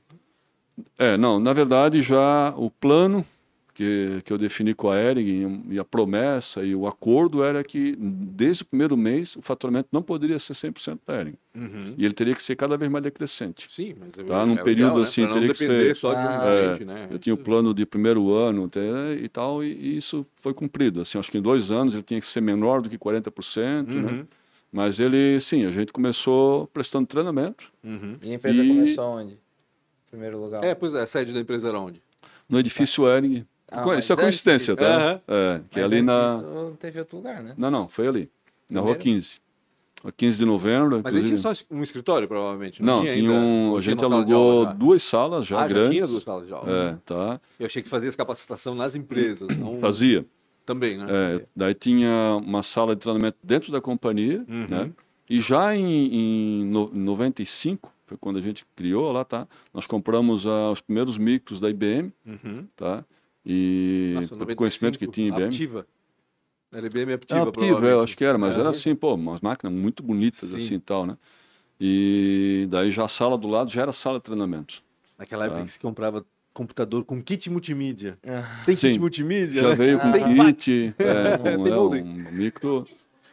S1: Não, na verdade já o plano que eu defini com a Ering e a promessa e o acordo era que desde o primeiro mês o faturamento não poderia ser 100% da Ering. E ele teria que ser cada vez mais decrescente.
S2: Sim, mas
S1: Tá? Num período assim,
S2: pra não
S1: teria que
S2: depender
S1: ser...
S2: só de um cliente, né?
S1: Eu tinha o plano de primeiro ano e tal, e isso foi cumprido. Assim, acho que em 2 anos ele tinha que ser menor do que 40%, né? Mas ele, sim, a gente começou prestando treinamento.
S3: E a empresa
S1: E-
S3: começou onde? Em primeiro lugar.
S2: Pois é, a sede da empresa era onde?
S1: No edifício Ering.
S3: Mas
S1: Isso é
S3: antes
S1: coincidência,
S3: disso-
S1: tá? Que é
S3: Mas
S1: ali
S3: antes
S1: na...
S3: disso, não teve outro lugar, né?
S1: Não, foi ali. Na Rua
S3: Primeiro?
S1: 15. A 15 de novembro,
S2: Mas aí tinha
S1: inclusive.
S2: só um escritório, provavelmente.
S1: Não,
S2: tinha
S1: tinha
S2: ainda-
S1: um...
S2: não
S1: A
S2: tinha
S1: gente
S2: uma sala de aula
S1: alugou
S2: já?
S1: 2 salas já
S2: Já
S1: grandes.
S2: tinha 2 salas de aula.
S1: Tá.
S2: Eu achei que fazia essa capacitação nas empresas. Não...
S1: Fazia.
S2: Também, né?
S1: Daí tinha uma sala de treinamento dentro da companhia, né? E já em 95, foi quando a gente criou lá, tá? Nós compramos os primeiros micros da IBM, tá? E
S2: Nossa,
S1: pelo
S2: 95,
S1: conhecimento que tinha IBM.
S2: Aptiva. Era IBM Aptiva,
S1: Aptiva, eu
S2: provavelmente.
S1: acho que era, mas era assim, pô, umas máquinas muito bonitas
S2: Sim.
S1: assim e tal, né? E daí já a sala do lado já era sala de treinamento.
S2: Naquela época que se comprava computador com kit multimídia.
S3: Ah.
S2: Tem kit
S1: Sim,
S2: multimídia?
S1: Já
S2: né?
S1: veio com
S2: Tem
S1: kit,
S2: fax.
S1: com
S2: Tem modem.
S1: um micro,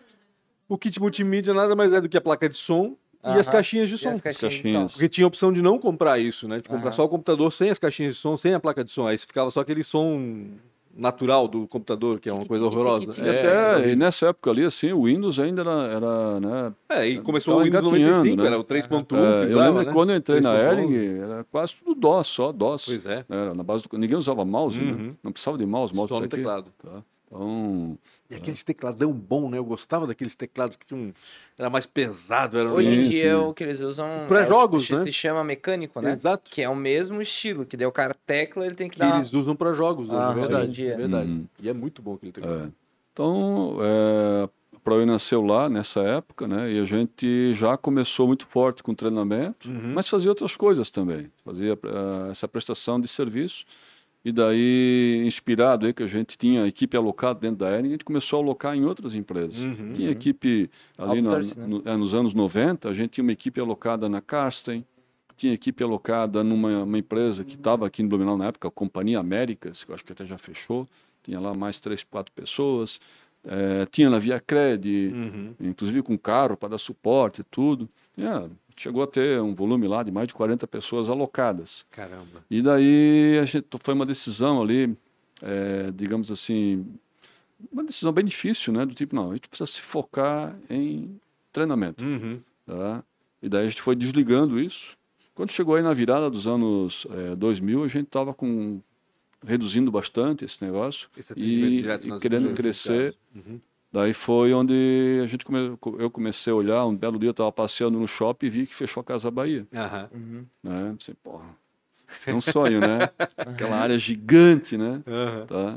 S2: O kit multimídia nada mais é do que a placa de som e as
S3: Aham.
S2: caixinhas de
S3: E
S2: som.
S3: as caixinhas de
S1: caixinhas.
S3: som.
S2: Porque tinha a opção de não comprar isso, né? De comprar
S3: Aham.
S2: só o computador sem as caixinhas de som, sem a placa de som. Aí ficava só aquele som natural do computador, que é uma coisa horrorosa.
S1: E até e nessa época ali, assim, o Windows ainda era né?
S2: E começou
S1: Tava
S2: o Windows
S1: engatinhando,
S2: 95,
S1: né?
S2: era o 3.1 que
S1: Eu
S2: usava,
S1: lembro
S2: né?
S1: que quando eu entrei na
S2: 3.11.
S1: Ering, era quase tudo DOS, só DOS.
S2: Pois é.
S1: Era na base ninguém usava mouse, né? Não precisava de mouse
S2: Só
S1: tá
S2: no
S1: aqui.
S2: teclado.
S1: Tá. Então,
S2: E aqueles tecladão bom, né? Eu gostava daqueles teclados que tinham... Era mais pesado. Era...
S3: Hoje em
S1: Sim,
S3: dia
S1: sim.
S3: o que eles usam
S2: Pra jogos,
S3: se
S2: né?
S3: chama mecânico, né?
S2: Exato.
S3: Que é o mesmo estilo, que daí o cara tecla, ele tem que
S2: Que
S3: dar...
S2: eles usam para jogos hoje,
S3: Ah,
S2: é verdade.
S3: hoje em dia.
S2: É verdade. E é muito bom aquele teclado.
S1: Então, a ProWay nasceu lá nessa época, né? E a gente já começou muito forte com treinamento, mas fazia outras coisas também. Fazia essa prestação de serviço. E daí, inspirado aí que a gente tinha equipe alocada dentro da Ering, a gente começou a alocar em outras empresas. Tinha equipe ali
S3: Outsourcing, né?
S1: nos anos 90, a gente tinha uma equipe alocada na Karsten, tinha equipe alocada numa empresa que estava aqui no Blumenau na época, a Companhia Américas, que eu acho que até já fechou, tinha lá mais 3, 4 pessoas. Tinha na Via Cred, inclusive com carro para dar suporte e tudo. Chegou a ter um volume lá de mais de 40 pessoas alocadas.
S2: Caramba.
S1: E daí foi uma decisão ali, digamos assim, uma decisão bem difícil, né? Do tipo, não, a gente precisa se focar em treinamento. Tá? E daí a gente foi desligando isso. Quando chegou aí na virada dos anos 2000, a gente estava reduzindo bastante esse negócio
S2: Esse atendimento direto
S1: e
S2: nas
S1: querendo
S2: empresas
S1: crescer.
S2: sociais.
S1: Daí foi onde eu comecei a olhar, um belo dia eu estava passeando no shopping e vi que fechou a Casa Bahia.
S2: Aham.
S1: Né? Pensei, porra, isso é um sonho, né? Aquela área gigante, né? Tá?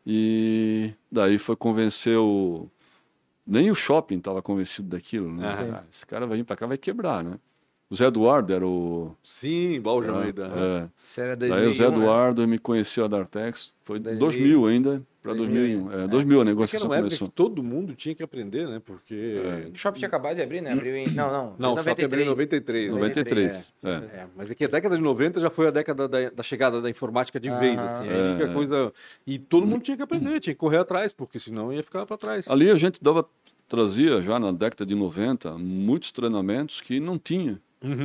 S1: E daí foi convencer nem o shopping estava convencido daquilo, né? Esse cara vai vir para cá, vai quebrar, né? O Zé Eduardo era o...
S2: Sim, Baljão aí da...
S3: Isso era
S1: Daí
S3: 2001,
S1: o Zé
S3: né?
S1: Eduardo me conheceu a Dartex, foi em
S3: 2000.
S1: 2000 ainda, para 2001. 2000 a negociação
S2: Porque era uma época
S1: começou.
S2: que todo mundo tinha que aprender, né? Porque...
S3: O shopping tinha acabado de abrir, né? Abriu em... Não,
S2: Não, o shopping abriu em 93.
S1: 93.
S2: Mas aqui a década de 90 já foi a década da chegada da informática de vez. Assim, aí que a coisa... E todo mundo tinha que aprender, tinha que correr atrás, porque senão ia ficar para trás.
S1: Ali a gente trazia já na década de 90 muitos treinamentos que não tinha.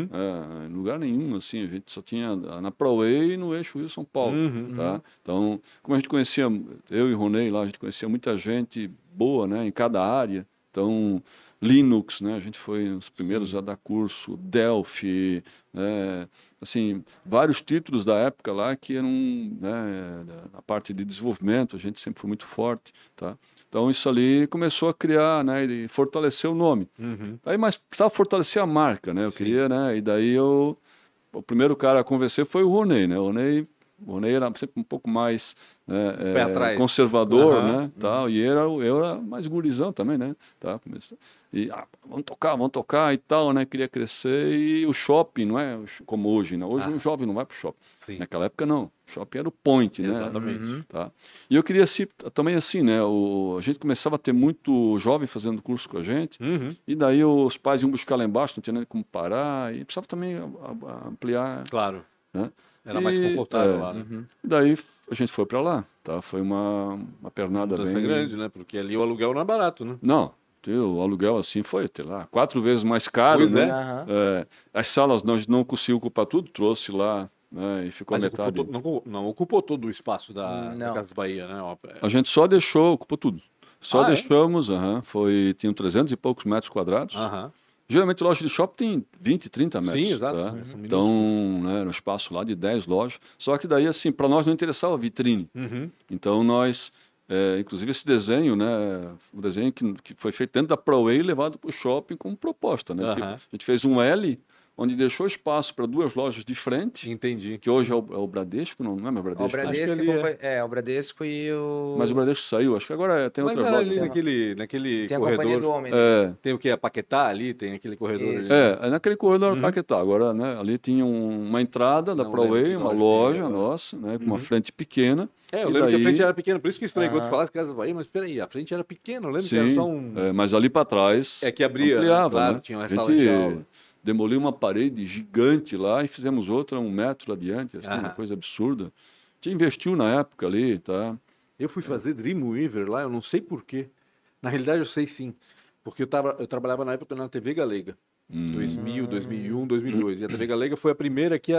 S1: Em lugar nenhum, assim, a gente só tinha na ProWay e no eixo Rio-São Paulo, tá? Então, como a gente conhecia, eu e Ronei lá, a gente conhecia muita gente boa, né, em cada área. Então, Linux, né, a gente foi os primeiros a dar curso, Delphi, assim, vários títulos da época lá que eram, né, a parte de desenvolvimento, a gente sempre foi muito forte, tá? Então isso ali começou a criar, né, e fortalecer o nome. Aí, mas precisava fortalecer a marca, né? Eu queria, né? E daí o primeiro cara a convencer foi o Ronei, né? O Ronei era sempre um pouco mais
S2: Pé atrás.
S1: conservador, né? Tal, e eu era mais gurizão também, né? Tá, e vamos tocar e tal, né? Queria crescer e o shopping, não é como hoje, né? Hoje um jovem não vai para o shopping.
S2: Sim.
S1: Naquela época não. O shopping era o point, né?
S2: Exatamente.
S1: Tá? E eu queria também assim, né? A gente começava a ter muito jovem fazendo curso com a gente, e daí os pais iam buscar lá embaixo, não tinha nem como parar, e precisava também ampliar.
S2: Claro.
S1: Né?
S2: Era mais confortável lá, né?
S1: E daí a gente foi para lá, tá? Foi uma pernada
S2: Mudança
S1: bem
S2: grande, né? Porque ali o aluguel não é barato, né?
S1: Não, o aluguel assim foi, sei lá, 4 vezes mais caro,
S2: Pois
S1: né?
S2: é.
S1: As salas nós não conseguimos ocupar tudo, trouxe lá, né? E ficou
S2: Mas
S1: a metade.
S2: não ocupou todo o espaço da
S3: Não.
S2: Casas Bahia, né?
S1: A gente só deixou, ocupou tudo. Só
S2: é?
S1: deixamos, tinham 300 e poucos metros quadrados. Geralmente loja de shopping tem 20, 30 metros.
S2: Sim, exato.
S1: Tá?
S2: São
S1: Então,
S2: minúsculos.
S1: né, era um espaço lá de 10 lojas. Só que daí, assim, para nós não interessava a vitrine. Então, nós, inclusive esse desenho, né, o desenho que foi feito dentro da ProWay levado para o shopping como proposta. Né? Tipo, a gente fez um L, onde deixou espaço para 2 lojas de frente.
S2: Entendi.
S1: Que hoje é o Bradesco, não é mais Bradesco?
S3: O Bradesco, o Bradesco e o...
S1: Mas o Bradesco saiu, acho que agora tem outras lojas.
S2: Mas ali naquele
S3: tem a
S2: corredor...
S3: Companhia do Homem, né?
S2: Tem o que? A Paquetá ali? Tem aquele corredor ali?
S1: Naquele corredor do Paquetá. Agora, né, ali tinha uma entrada da ProWay, uma loja nossa, né, com uma frente pequena.
S2: Eu lembro que a frente era pequena, por isso que estranho quando tu falasse Casas Bahia, mas peraí, a frente era pequena, eu lembro que era só um...
S1: mas ali para trás
S2: que abria,
S1: ampliava,
S2: claro,
S1: né?
S2: tinha uma sala de aula.
S1: Demoliu uma parede gigante lá e fizemos outra 1 metro adiante, assim, uma coisa absurda. A gente investiu na época ali, tá?
S2: Eu fui fazer Dreamweaver lá, eu não sei porquê. Na realidade eu sei sim, porque eu trabalhava na época na TV Galega. 2000, 2001, 2002. E a TV Galega foi a primeira aqui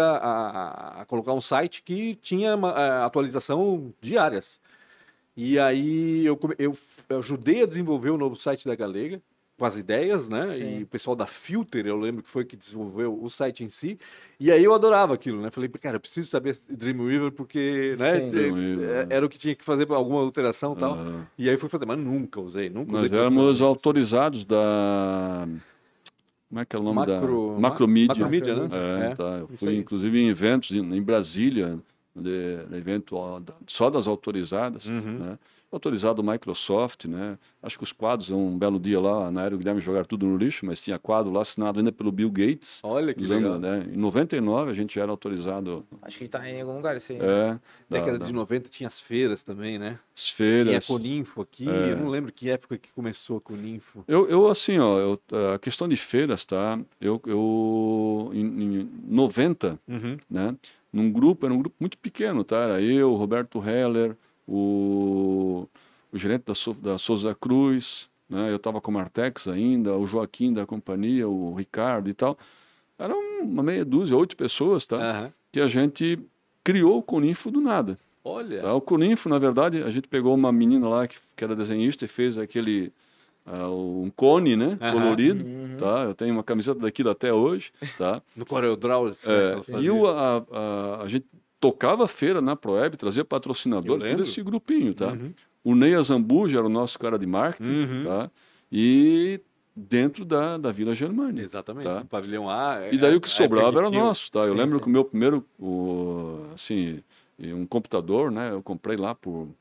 S2: a colocar um site que tinha atualização diárias. E aí eu ajudei a desenvolver o novo site da Galega, com as ideias, né?
S3: Sim.
S2: E o pessoal da Filter, eu lembro que foi que desenvolveu o site em si. E aí eu adorava aquilo, né? Falei, cara, eu preciso saber Dreamweaver porque, né? Era o que tinha que fazer para alguma alteração e tal. E aí fui fazer, mas nunca usei,
S1: Nós éramos autorizados da... Como é que é o nome da... Macromedia.
S2: Macromedia, né?
S1: Tá. Eu fui, inclusive, em eventos em Brasília, evento só das autorizadas, né? Autorizado Microsoft, né? Acho que os quadros, um belo dia lá, na Aero Guilherme jogaram tudo no lixo, mas tinha quadro lá assinado ainda pelo Bill Gates.
S2: Olha que legal.
S1: Né? Em 99 a gente já era autorizado.
S3: Acho que está em algum lugar isso aí.
S2: Década de 90 tinha as feiras também, né?
S1: As feiras.
S2: Tinha a Coninfo aqui, eu não lembro que época que começou a Coninfo.
S1: Eu assim, a questão de feiras, tá? Eu em 90, né? Era um grupo muito pequeno, tá? Era eu, Roberto Heller, o gerente da Souza Cruz, né? Eu estava com o Martex ainda, o Joaquim da companhia, o Ricardo e tal. Era uma meia dúzia, 8 pessoas, tá? Que a gente criou o Coninfo do nada.
S2: Olha!
S1: Tá? O Coninfo, na verdade, a gente pegou uma menina lá que era desenhista e fez aquele... um cone, né? Colorido, tá? Eu tenho uma camiseta daquilo até hoje, tá?
S2: No CorelDRAW,
S1: e a gente tocava a feira na Proeb, trazia patrocinador desse grupinho, tá? O Ney Azambuja era o nosso cara de marketing, tá? E dentro da Vila Germânia.
S2: Exatamente,
S1: tá?
S2: o pavilhão A.
S1: E daí o que sobrava era nosso, tá? Eu lembro
S3: sim.
S1: que o meu primeiro, assim, um computador, né? Eu comprei lá por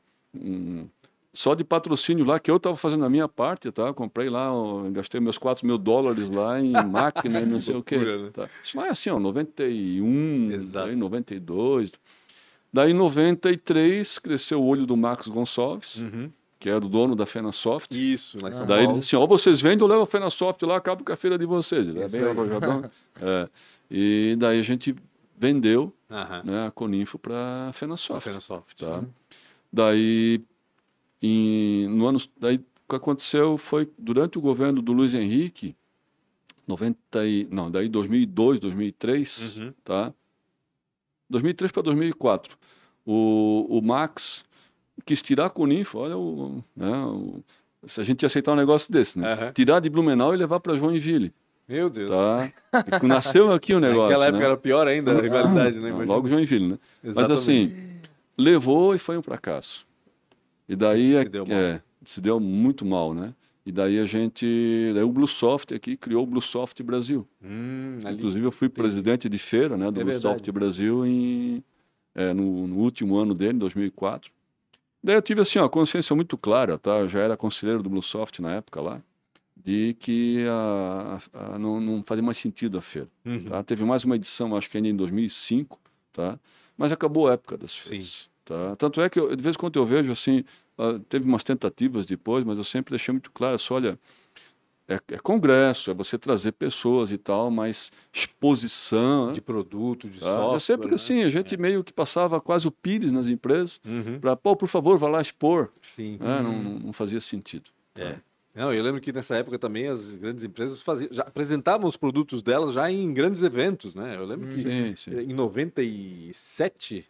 S1: só de patrocínio lá, que eu estava fazendo a minha parte, tá? Eu comprei lá, gastei meus $4.000 lá em máquina e não sei o quê.
S2: Né?
S1: Tá? Isso vai assim, 91,
S2: Exato.
S1: aí, 92. Daí, em 93, cresceu o olho do Marcos Gonçalves,
S2: Uhum.
S1: que era o dono da FenaSoft.
S2: Isso, lá em São
S1: Daí ele
S2: Paulo.
S1: disse assim, ó, vocês vendem, eu levo a FenaSoft lá, acabo com a feira de vocês. Ele é
S2: Isso
S1: bem
S2: aí.
S1: arrojadão. É. E daí a gente vendeu,
S2: Aham.
S1: né, a Coninfo para a
S2: A
S1: FenaSoft.
S2: FenaSoft.
S1: Tá? Daí, daí, o que aconteceu foi, durante o governo do Luiz Henrique, daí 2002, 2003,
S2: Uhum.
S1: tá? 2003 para 2004, o Max quis tirar a Coninfo, olha se a gente ia aceitar um negócio desse, né?
S2: Aham.
S1: Tirar de Blumenau e levar para Joinville,
S2: Meu Deus.
S1: tá? E nasceu aqui o negócio,
S2: Naquela época
S1: né?
S2: era pior ainda a rivalidade, né? Imagina.
S1: Logo Joinville, né?
S2: Exatamente.
S1: Mas assim, levou e foi um fracasso. E daí
S2: Se deu mal.
S1: se deu muito mal, né? E daí daí o Bluesoft aqui criou o Bluesoft Brasil.
S2: Ali.
S1: Inclusive eu fui presidente de feira, né, do
S2: É
S1: Bluesoft
S2: verdade.
S1: Brasil no último ano dele, 2004. Daí eu tive assim, ó, a consciência muito clara, tá? Eu já era conselheiro do Bluesoft na época lá, de que não fazia mais sentido a feira.
S2: Uhum.
S1: Tá? Teve mais uma edição, acho que ainda em 2005, tá? Mas acabou a época das
S2: Sim.
S1: feiras. Tá? Tanto é que de vez em quando eu vejo assim, teve umas tentativas depois, mas eu sempre deixei muito claro, assim, olha, é congresso, é você trazer pessoas e tal, mas exposição, né?
S2: De produto, de
S1: Tá?
S2: software.
S1: Eu sempre
S2: né?
S1: assim, a gente meio que passava quase o pires nas empresas
S2: Uhum.
S1: para, por favor, vá lá expor.
S2: Sim.
S1: Né? Não fazia sentido.
S2: É. Não, eu lembro que nessa época também as grandes empresas já apresentavam os produtos delas já em grandes eventos, né? Eu lembro que
S1: Sim.
S2: em 97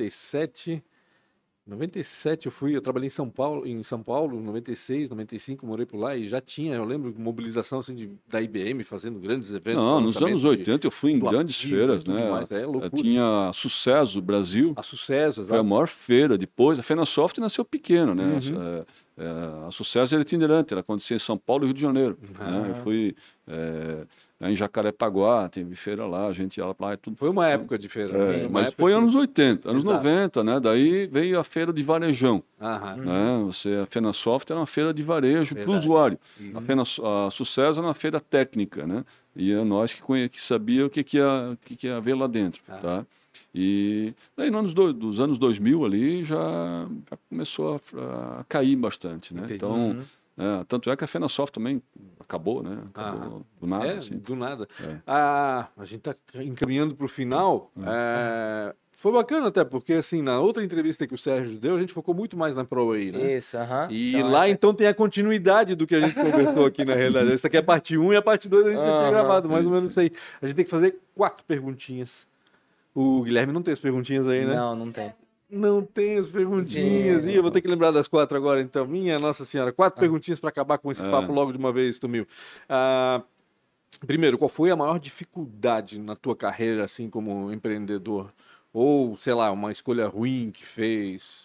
S2: eu trabalhei em São Paulo, 96, 95, morei por lá e já tinha, eu lembro, mobilização assim, da IBM fazendo grandes eventos.
S1: Não, nos
S2: lançamento
S1: anos 80 eu fui em
S2: do
S1: grandes
S2: Aptiv
S1: feiras,
S2: e tudo
S1: né?
S2: mais, é loucura.
S1: Tinha Sucesso Brasil,
S2: A Sucesso,
S1: foi a
S2: exato.
S1: maior feira depois. A FenaSoft nasceu pequeno, né?
S2: Uhum.
S1: A Sucesso era itinerante, ela acontecia em São Paulo e Rio de Janeiro.
S2: Ah.
S1: Né? Eu fui em Jacarepaguá, teve feira lá, a gente ia lá e tudo.
S2: Foi uma época de feira. né? Uma
S1: Mas
S2: época
S1: foi
S2: que-
S1: anos 80, anos
S2: Exato.
S1: 90, né? Daí veio a feira de varejão.
S2: Aham.
S1: Né? A FenaSoft era uma feira de varejo para o
S2: Verdade.
S1: usuário.
S2: Isso.
S1: A Sucesso era uma feira técnica, né? E é nós que sabia o que ia haver lá dentro, tá? E daí dos anos 2000 ali já começou a cair bastante, né?
S2: Entendi.
S1: Então, tanto é que a FenaSoft também acabou, né? Acabou do nada, assim.
S2: Do nada.
S1: É.
S2: A gente está encaminhando para o final. Foi bacana até, porque assim, na outra entrevista que o Sérgio deu, a gente focou muito mais na ProWay, né?
S3: Isso, aham.
S2: E
S3: Então,
S2: lá,
S3: essa-
S2: então, tem a continuidade do que a gente conversou aqui, na realidade. Essa aqui é a parte 1 e a parte 2 a gente já tinha
S3: Aham,
S2: gravado, mais ou
S1: sim,
S2: menos isso aí. A gente tem que fazer 4 perguntinhas. O Guilherme não tem as perguntinhas aí, né?
S3: Não tem.
S2: Não tem as perguntinhas.
S3: Sim.
S2: Ih, eu vou ter que lembrar das 4 agora, então. Minha Nossa Senhora, 4 perguntinhas para acabar com esse papo logo de uma vez, Tomil. Primeiro, qual foi a maior dificuldade na tua carreira, assim, como empreendedor? Ou, sei lá, uma escolha ruim que fez?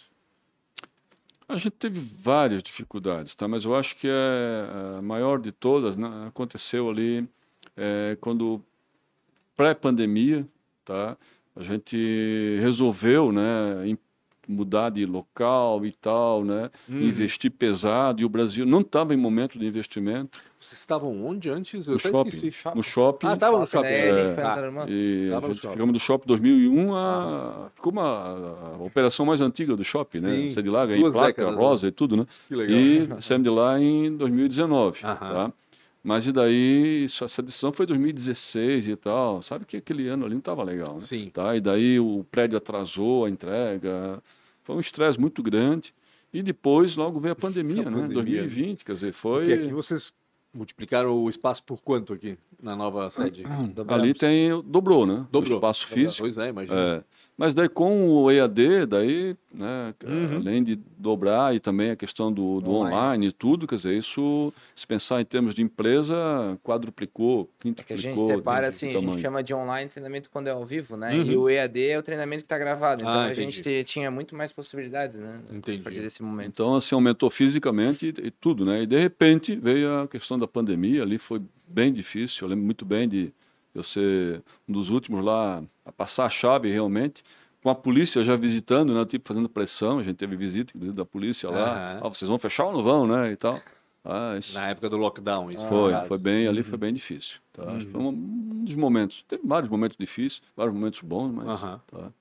S1: A gente teve várias dificuldades, tá? Mas eu acho que a maior de todas, né, aconteceu ali quando, pré-pandemia, tá? A gente resolveu, né, mudar de local e tal, né? Investir pesado, e o Brasil não estava em momento de investimento.
S2: Vocês estavam onde antes? Eu
S1: No
S2: até
S1: shopping.
S2: esqueci.
S1: No shopping.
S2: Ah, tava no shopping.
S3: Né? A gente foi
S2: Tá.
S3: entrando, mano.
S1: E
S2: Tava
S1: a
S2: no
S1: gente
S2: shopping.
S1: ficamos do shopping 2001, ficou a operação mais antiga do shopping, né?
S2: Sim,
S1: Saí de lá, ganhei
S2: 2
S1: placa,
S2: décadas,
S1: rosa e tudo, né?
S2: Que legal.
S1: E saímos de lá em 2019,
S2: Aham.
S1: tá? Mas e daí, essa decisão foi 2016 e tal, sabe que aquele ano ali não estava legal, né?
S2: Sim.
S1: Tá? E daí o prédio atrasou a entrega, foi um estresse muito grande. E depois, logo veio a pandemia,
S2: A
S1: né?
S2: pandemia.
S1: 2020, quer dizer, foi...
S2: Porque aqui vocês multiplicaram o espaço por quanto aqui, na nova sede?
S1: Ali dobrou, né?
S2: Dobrou.
S1: O espaço físico.
S2: Pois é, imagina.
S1: É. Mas daí com o EAD, daí, né,
S2: Uhum.
S1: além de dobrar e também a questão do online e tudo, quer dizer, isso, se pensar em termos de empresa, quadruplicou,
S3: É que a
S1: quintuplicou.
S3: gente separa
S1: de
S3: assim, a gente
S1: tamanho.
S3: chama de online treinamento quando é ao vivo, né?
S2: Uhum.
S3: E o EAD é o treinamento que tá gravado. Então
S2: Ah,
S3: a
S2: entendi.
S3: gente tinha muito mais possibilidades, né?
S2: Entendi.
S3: A partir desse momento.
S1: Então, assim, aumentou fisicamente e tudo, né? E de repente veio a questão da pandemia, ali foi bem difícil. Eu lembro muito bem de eu ser um dos últimos lá a passar a chave realmente, com a polícia já visitando, né? Tipo, fazendo pressão. A gente teve visita inclusive, da polícia lá.
S2: Aham.
S1: Vocês vão fechar ou não vão, né? E tal. Isso
S2: Na época do lockdown, isso.
S1: foi bem, ali foi bem difícil. Tá? Acho que foi um dos momentos. Teve vários momentos difíceis, vários momentos bons, mas.
S2: Aham.
S1: Tá.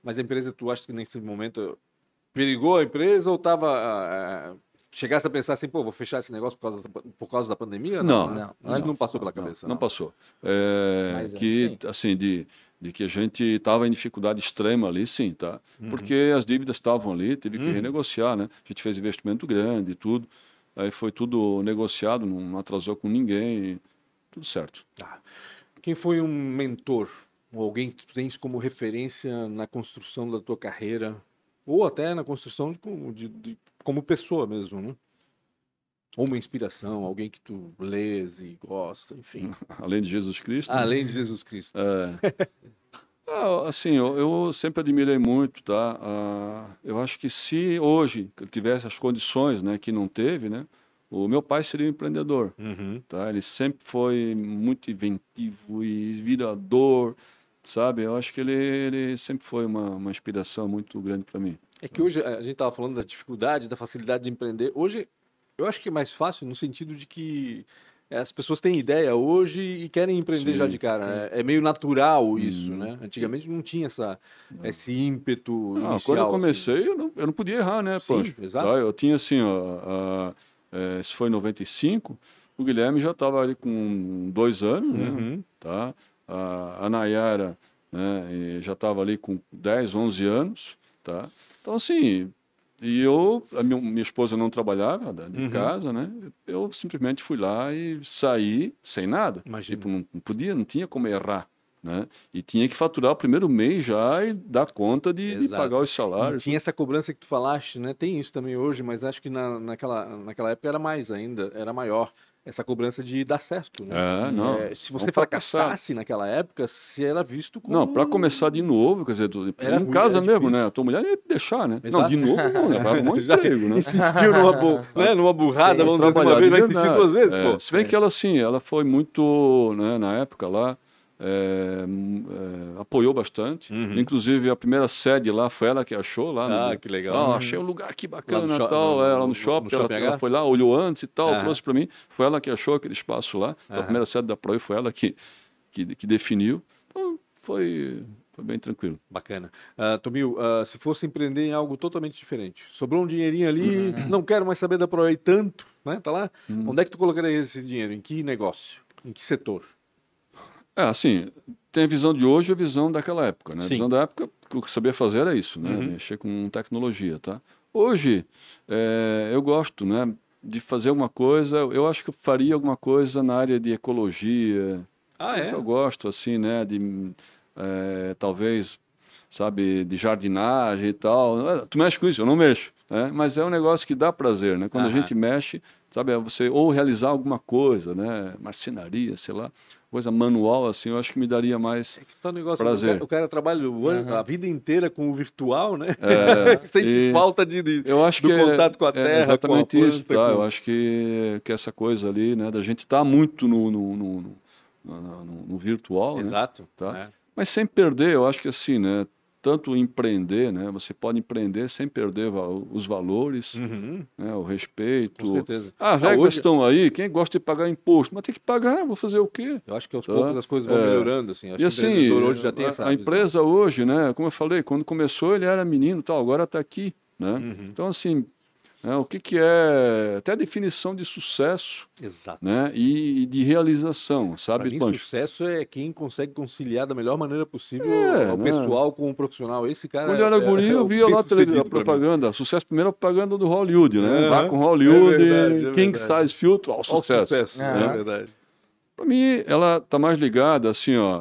S2: Mas a empresa, tu acha que nesse momento perigou a empresa ou tava... chegasse a pensar assim, pô, vou fechar esse negócio por causa da pandemia?
S1: Não.
S2: Isso não passou pela cabeça,
S1: Não passou.
S3: Mas,
S1: Que,
S3: sim.
S1: assim, de que a gente estava em dificuldade extrema ali, sim, tá? Porque as dívidas estavam ali, teve que renegociar, né? A gente fez investimento grande e tudo. Aí foi tudo negociado, não atrasou com ninguém, tudo certo.
S2: Quem foi um mentor ou alguém que tu tens como referência na construção da tua carreira ou até na construção como pessoa mesmo, né? Ou uma inspiração, alguém que tu lês e gosta, enfim.
S1: Além de Jesus Cristo.
S2: Além de Jesus Cristo.
S1: Assim, eu sempre admirei muito, tá? Eu acho que se hoje eu tivesse as condições, né, que não teve, né, o meu pai seria um empreendedor, tá? Ele sempre foi muito inventivo e virador, sabe? Eu acho que ele sempre foi uma inspiração muito grande para mim.
S2: É que hoje a gente estava falando da dificuldade, da facilidade de empreender. Hoje eu acho que é mais fácil no sentido de que as pessoas têm ideia hoje e querem empreender
S1: Sim,
S2: já de cara. Né? É meio natural isso, né? Antigamente não tinha esse ímpeto
S1: Não,
S2: inicial.
S1: quando eu
S2: assim.
S1: comecei, eu não podia errar, né,
S2: Sim,
S1: Pancho?
S2: exato.
S1: Tá? Eu tinha assim, isso foi em 95, o Guilherme já estava ali com 2 anos, né? Tá? A Nayara, né, já estava ali com 10, 11 anos, tá? Então, assim, a minha esposa não trabalhava de casa, né? Eu simplesmente fui lá e saí sem nada.
S2: Imagina.
S1: Tipo, não podia, não tinha como errar. Né? E tinha que faturar o primeiro mês já e dar conta de
S2: Exato.
S1: pagar os
S2: E
S1: salários.
S2: tinha essa cobrança que tu falaste, né? Tem isso também hoje, mas acho que naquela época era mais ainda, era maior. Essa cobrança de dar certo, né?
S1: Não.
S2: Se você fracassasse naquela época, se era visto como...
S1: Não, para começar de novo, quer dizer,
S2: Era
S1: em
S2: ruim,
S1: casa
S2: era
S1: mesmo,
S2: difícil.
S1: né? A tua mulher ia te deixar, né?
S2: Exato.
S1: Não, de novo não, né? Vai arrumar um emprego, né?
S2: Insistiu numa burrada, vamos dizer assim, uma vez, vai insistir 2 vezes, pô.
S1: Se bem que ela, assim, ela foi muito, né, na época lá, apoiou bastante. Inclusive, a primeira sede lá foi ela que achou lá.
S2: Que legal.
S1: Achei um lugar aqui bacana,
S2: Lá no
S1: tal. Lá no shopping, ela foi lá, olhou antes e tal, trouxe para mim. Foi ela que achou aquele espaço lá. Então, a primeira sede da Proe foi ela que definiu. Então, foi bem tranquilo.
S2: Bacana. Tomil, se fosse empreender em algo totalmente diferente, sobrou um dinheirinho ali, não quero mais saber da Proe tanto, né? Tá lá. Onde é que tu colocaria esse dinheiro? Em que negócio? Em que setor?
S1: Assim, tem a visão de hoje e a visão daquela época, né?
S2: Sim.
S1: A visão da época, o que eu sabia fazer era isso, né? Mexer com tecnologia, tá? Hoje, eu gosto, né, de fazer alguma coisa, eu acho que eu faria alguma coisa na área de ecologia. Eu gosto, assim, né, de talvez, sabe, de jardinagem e tal. Tu mexe com isso? Eu não mexo, né? Mas é um negócio que dá prazer, né? Quando a gente mexe, sabe, você ou realizar alguma coisa, né, marcenaria, sei lá, coisa manual, assim, eu acho que me daria mais prazer.
S2: O cara trabalha a vida inteira com o virtual, né? Sente falta do contato com a terra,
S1: exatamente
S2: com a planta,
S1: isso, tá? Eu acho que essa coisa ali, né, da gente estar muito no virtual,
S2: exato,
S1: né? Tá? Mas sem perder, eu acho que assim, né, tanto empreender, né, você pode empreender sem perder os valores, né, o respeito.
S2: Com certeza.
S1: As regras estão aí, quem gosta de pagar imposto, mas tem que pagar, vou fazer o quê?
S2: Eu acho que aos poucos as coisas vão melhorando, assim. Acho
S1: e assim,
S2: que o empreendedor hoje já tem essa
S1: a empresa hoje, né, como eu falei, quando começou ele era menino, tal, agora está aqui, né? Então assim, o que é até a definição de sucesso,
S2: exato,
S1: né, e de realização, sabe?
S2: Para mim, sucesso é quem consegue conciliar da melhor maneira possível o
S1: né,
S2: pessoal com o profissional. Esse cara
S1: quando eu era guri, eu via lá a propaganda, sucesso primeiro, a propaganda do Hollywood, né? Vá com Hollywood, King Size Filtro, ao sucesso.
S2: É verdade.
S1: Para mim, ela está mais ligada, assim, ó,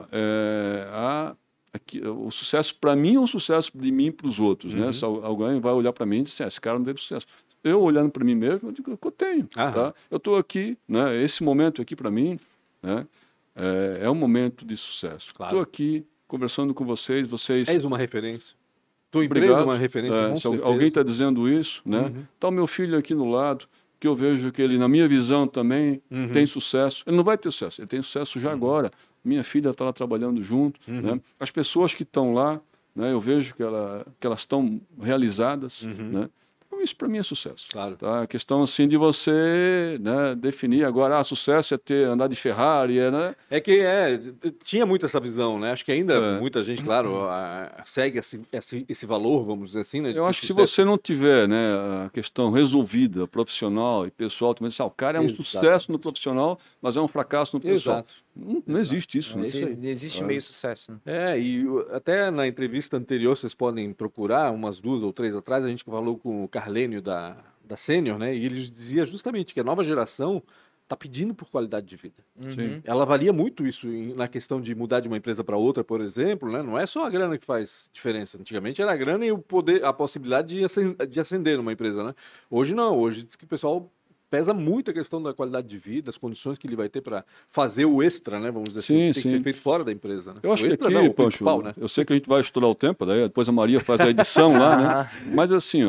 S1: o sucesso para mim é um sucesso de mim para os outros, né? Se alguém vai olhar para mim e dizer, esse cara não teve sucesso. Eu olhando para mim mesmo, eu digo que eu tenho, tá? Eu estou aqui, né? Esse momento aqui para mim, né, é um momento de sucesso. Estou aqui conversando com vocês.
S2: És uma referência. Tua empresa é uma referência, com certeza.
S1: Alguém está dizendo isso, né? Está o meu filho aqui no lado, que eu vejo que ele, na minha visão também, tem sucesso. Ele não vai ter sucesso, ele tem sucesso já agora. Minha filha está lá trabalhando junto, né? As pessoas que estão lá, né, eu vejo que elas estão realizadas, né? isso para mim é sucesso.
S2: Claro.
S1: Tá? A questão assim de você, né, definir agora, sucesso é andar de Ferrari, né?
S2: Tinha muito essa visão, né? Acho que ainda muita gente, claro, segue esse valor, vamos dizer assim, né?
S1: Eu acho que se você não tiver, né, a questão resolvida, profissional e pessoal, também, o cara é um sucesso no profissional, mas é um fracasso no pessoal.
S2: Exato.
S1: Não existe isso.
S3: Não
S1: Né?
S3: existe meio sucesso. Né?
S2: E até na entrevista anterior, vocês podem procurar, umas 2 ou 3 atrás, a gente falou com o Carlênio da Sênior, né? E ele dizia justamente que a nova geração está pedindo por qualidade de vida.
S3: Uhum.
S2: Ela avalia muito isso na questão de mudar de uma empresa para outra, por exemplo, né? Não é só a grana que faz diferença. Antigamente era a grana e o poder, a possibilidade de ascender numa empresa, né? Hoje não. Hoje diz que o pessoal pesa muito a questão da qualidade de vida, as condições que ele vai ter para fazer o extra, né? Vamos dizer assim, que tem que ser feito fora da empresa. Né?
S1: Eu acho
S2: o extra
S1: que aqui,
S2: não, o principal, né?
S1: Eu sei que a gente vai estourar o tempo, daí depois a Maria faz a edição lá, né? Mas assim,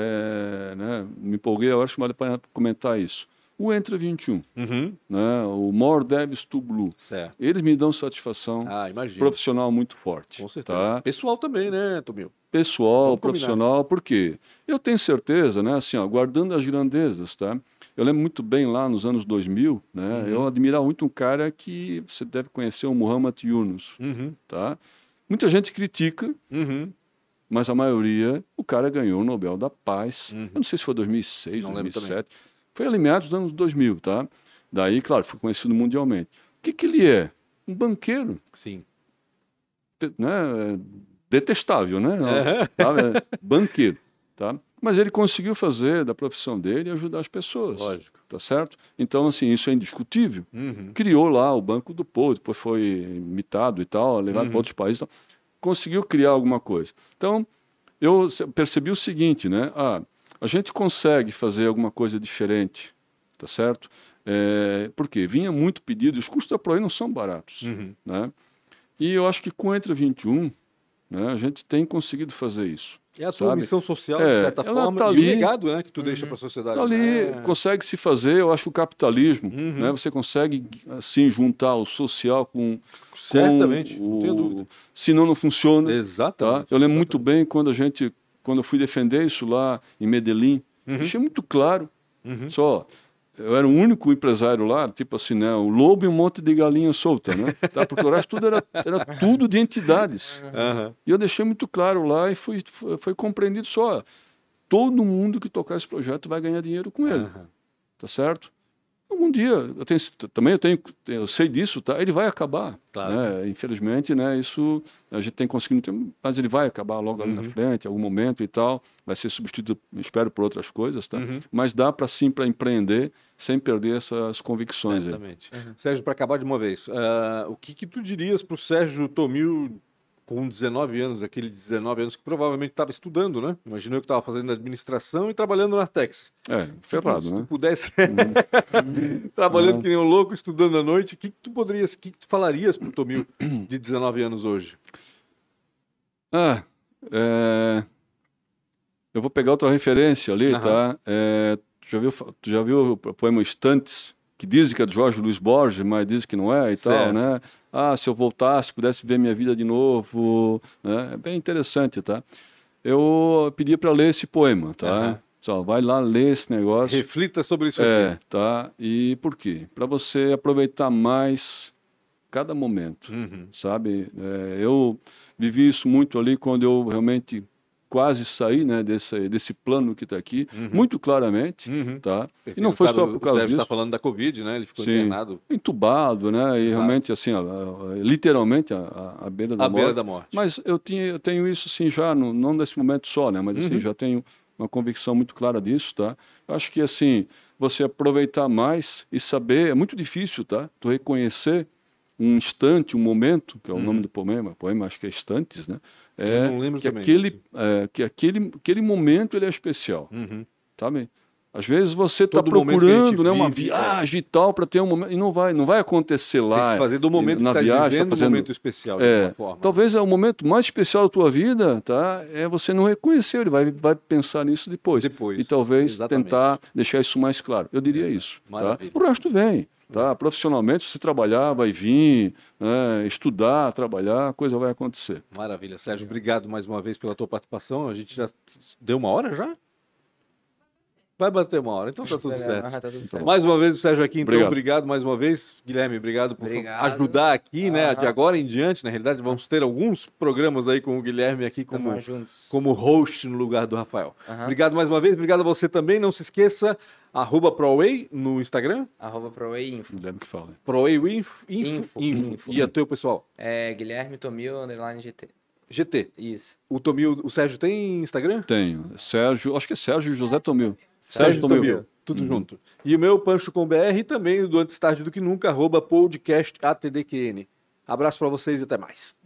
S1: né? Me empolguei, eu acho que vale a pena comentar isso. O Entra 21, né? O More Devs to Blue.
S2: Certo.
S1: Eles me dão satisfação profissional muito forte.
S2: Com certeza.
S1: Tá?
S2: Pessoal também, né, Tomil?
S1: Pessoal, profissional, por quê? Eu tenho certeza, né? Assim, guardando as grandezas, tá? Eu lembro muito bem lá nos anos 2000, né? Eu admirava muito um cara que você deve conhecer, o Muhammad Yunus, tá? Muita gente critica, mas a maioria, o cara ganhou o Nobel da Paz. Eu não sei se foi 2006, 2007. Foi ali meados dos anos 2000, tá? Daí, claro, foi conhecido mundialmente. O que ele é? Um banqueiro.
S2: Sim.
S1: Né? Detestável, né? Tá? Banqueiro, tá? Mas ele conseguiu fazer da profissão dele ajudar as pessoas.
S2: Lógico.
S1: Tá certo? Então, assim, isso é indiscutível. Criou lá o Banco do Povo, depois foi imitado e tal, levado para outros países. Então, conseguiu criar alguma coisa. Então, eu percebi o seguinte, né? A gente consegue fazer alguma coisa diferente, tá certo? Por quê? Vinha muito pedido, os custos da ProE não são baratos, né? E eu acho que com o Entra 21, né, a gente tem conseguido fazer isso.
S2: É a tua missão social, de certa forma,
S1: tá
S2: e o legado, né, que tu deixa para a sociedade.
S1: Ali consegue se fazer, eu acho que o capitalismo, né, você consegue, assim, juntar o social com...
S2: Certamente, não tenho dúvida.
S1: Senão não funciona.
S2: Exatamente.
S1: Tá? Eu lembro muito bem quando eu fui defender isso lá em Medellín, deixei muito claro, eu era o único empresário lá, tipo assim, né? O lobo e um monte de galinha solta, né? Tá? Porque o resto tudo era tudo de entidades. E eu deixei muito claro lá e foi compreendido só. Todo mundo que tocar esse projeto vai ganhar dinheiro com ele. Tá certo? Algum dia, eu sei disso, tá? Ele vai acabar.
S2: Claro.
S1: Né? Infelizmente, né? Isso a gente tem conseguido, mas ele vai acabar logo ali na frente, em algum momento e tal. Vai ser substituído, espero, por outras coisas, tá? Mas dá para sim, para empreender sem perder essas convicções.
S2: Exatamente. Sérgio, para acabar de uma vez, o que tu dirias para o Sérgio Tomil com 19 anos, aquele 19 anos que provavelmente estava estudando, né? Imaginou que estava fazendo administração e trabalhando na Artex.
S1: Ferrado,
S2: se
S1: né?
S2: tu pudesse trabalhando que nem um louco, estudando à noite, o que tu falarias para o Tomil de 19 anos hoje?
S1: Eu vou pegar outra referência ali, tá? Tu já viu o poema Estantes, que dizem que é do Jorge Luiz Borges, mas dizem que não é e tal, né? Se eu voltasse, pudesse ver minha vida de novo, né? É bem interessante, tá? Eu pedia para ler esse poema, tá? Só vai lá ler esse negócio.
S2: Reflita sobre isso aqui.
S1: Tá? E por quê? Para você aproveitar mais cada momento, sabe? Eu vivi isso muito ali quando eu realmente quase saí, né, desse plano que está aqui, muito claramente, tá? E não foi só por causa disso.
S2: Você está falando da Covid, né? Ele ficou internado.
S1: Entubado, né? E realmente, assim, literalmente à beira da morte.
S2: Beira da morte.
S1: Mas eu tenho isso, assim, já, não nesse momento só, né? Mas, assim, já tenho uma convicção muito clara disso, tá? Eu acho que, assim, você aproveitar mais e saber, é muito difícil, tá? Tu reconhecer um instante, um momento, que é o nome do poema acho que é Instantes, né?
S2: Eu não lembro
S1: que
S2: também.
S1: Que aquele momento ele é especial, sabe? Às vezes você está
S2: Todo momento
S1: procurando, né, uma
S2: vive,
S1: viagem e tal para ter um momento e não vai acontecer lá.
S2: Tem que fazer do momento
S1: na
S2: que
S1: viagem,
S2: vivendo um momento especial de alguma forma.
S1: Talvez é o momento mais especial da tua vida, tá? Você não reconheceu, ele vai pensar nisso depois. E talvez tentar deixar isso mais claro. Eu diria isso, tá? O resto vem. Tá? Profissionalmente, se você trabalhar, vai vir, né? Estudar, trabalhar, a coisa vai acontecer.
S2: Maravilha. Sérgio, obrigado mais uma vez pela tua participação. A gente já deu 1 hora já? Vai bater uma hora, então tá tudo
S3: Ah,
S2: certo.
S3: tá tudo certo.
S2: Mais uma vez o Sérgio aqui, então obrigado mais uma vez. Guilherme, obrigado por
S3: Obrigado.
S2: ajudar aqui, né?
S3: Aham.
S2: De agora em diante, na realidade, vamos ter alguns programas aí com o Guilherme aqui
S3: Estamos juntos.
S2: como host no lugar do Rafael.
S3: Aham.
S2: Obrigado mais uma vez, obrigado a você também. Não se esqueça, @ProWay no Instagram,
S3: @ProWayInfo.
S1: Guilherme que fala.
S2: ProWay
S3: Info.
S2: E a teu pessoal?
S3: É Guilherme Tomil, _ GT.
S2: GT.
S3: Isso.
S2: O Tomil, o Sérgio tem Instagram?
S1: Tenho. Sérgio, acho que é Sérgio José Tomil.
S2: Sérgio
S1: Tomil.
S2: Tomil. Tudo junto. E o meu, Pancho com BR, e também do Antes Tarde do Que Nunca, @podcastATDQN. Abraço pra vocês e até mais.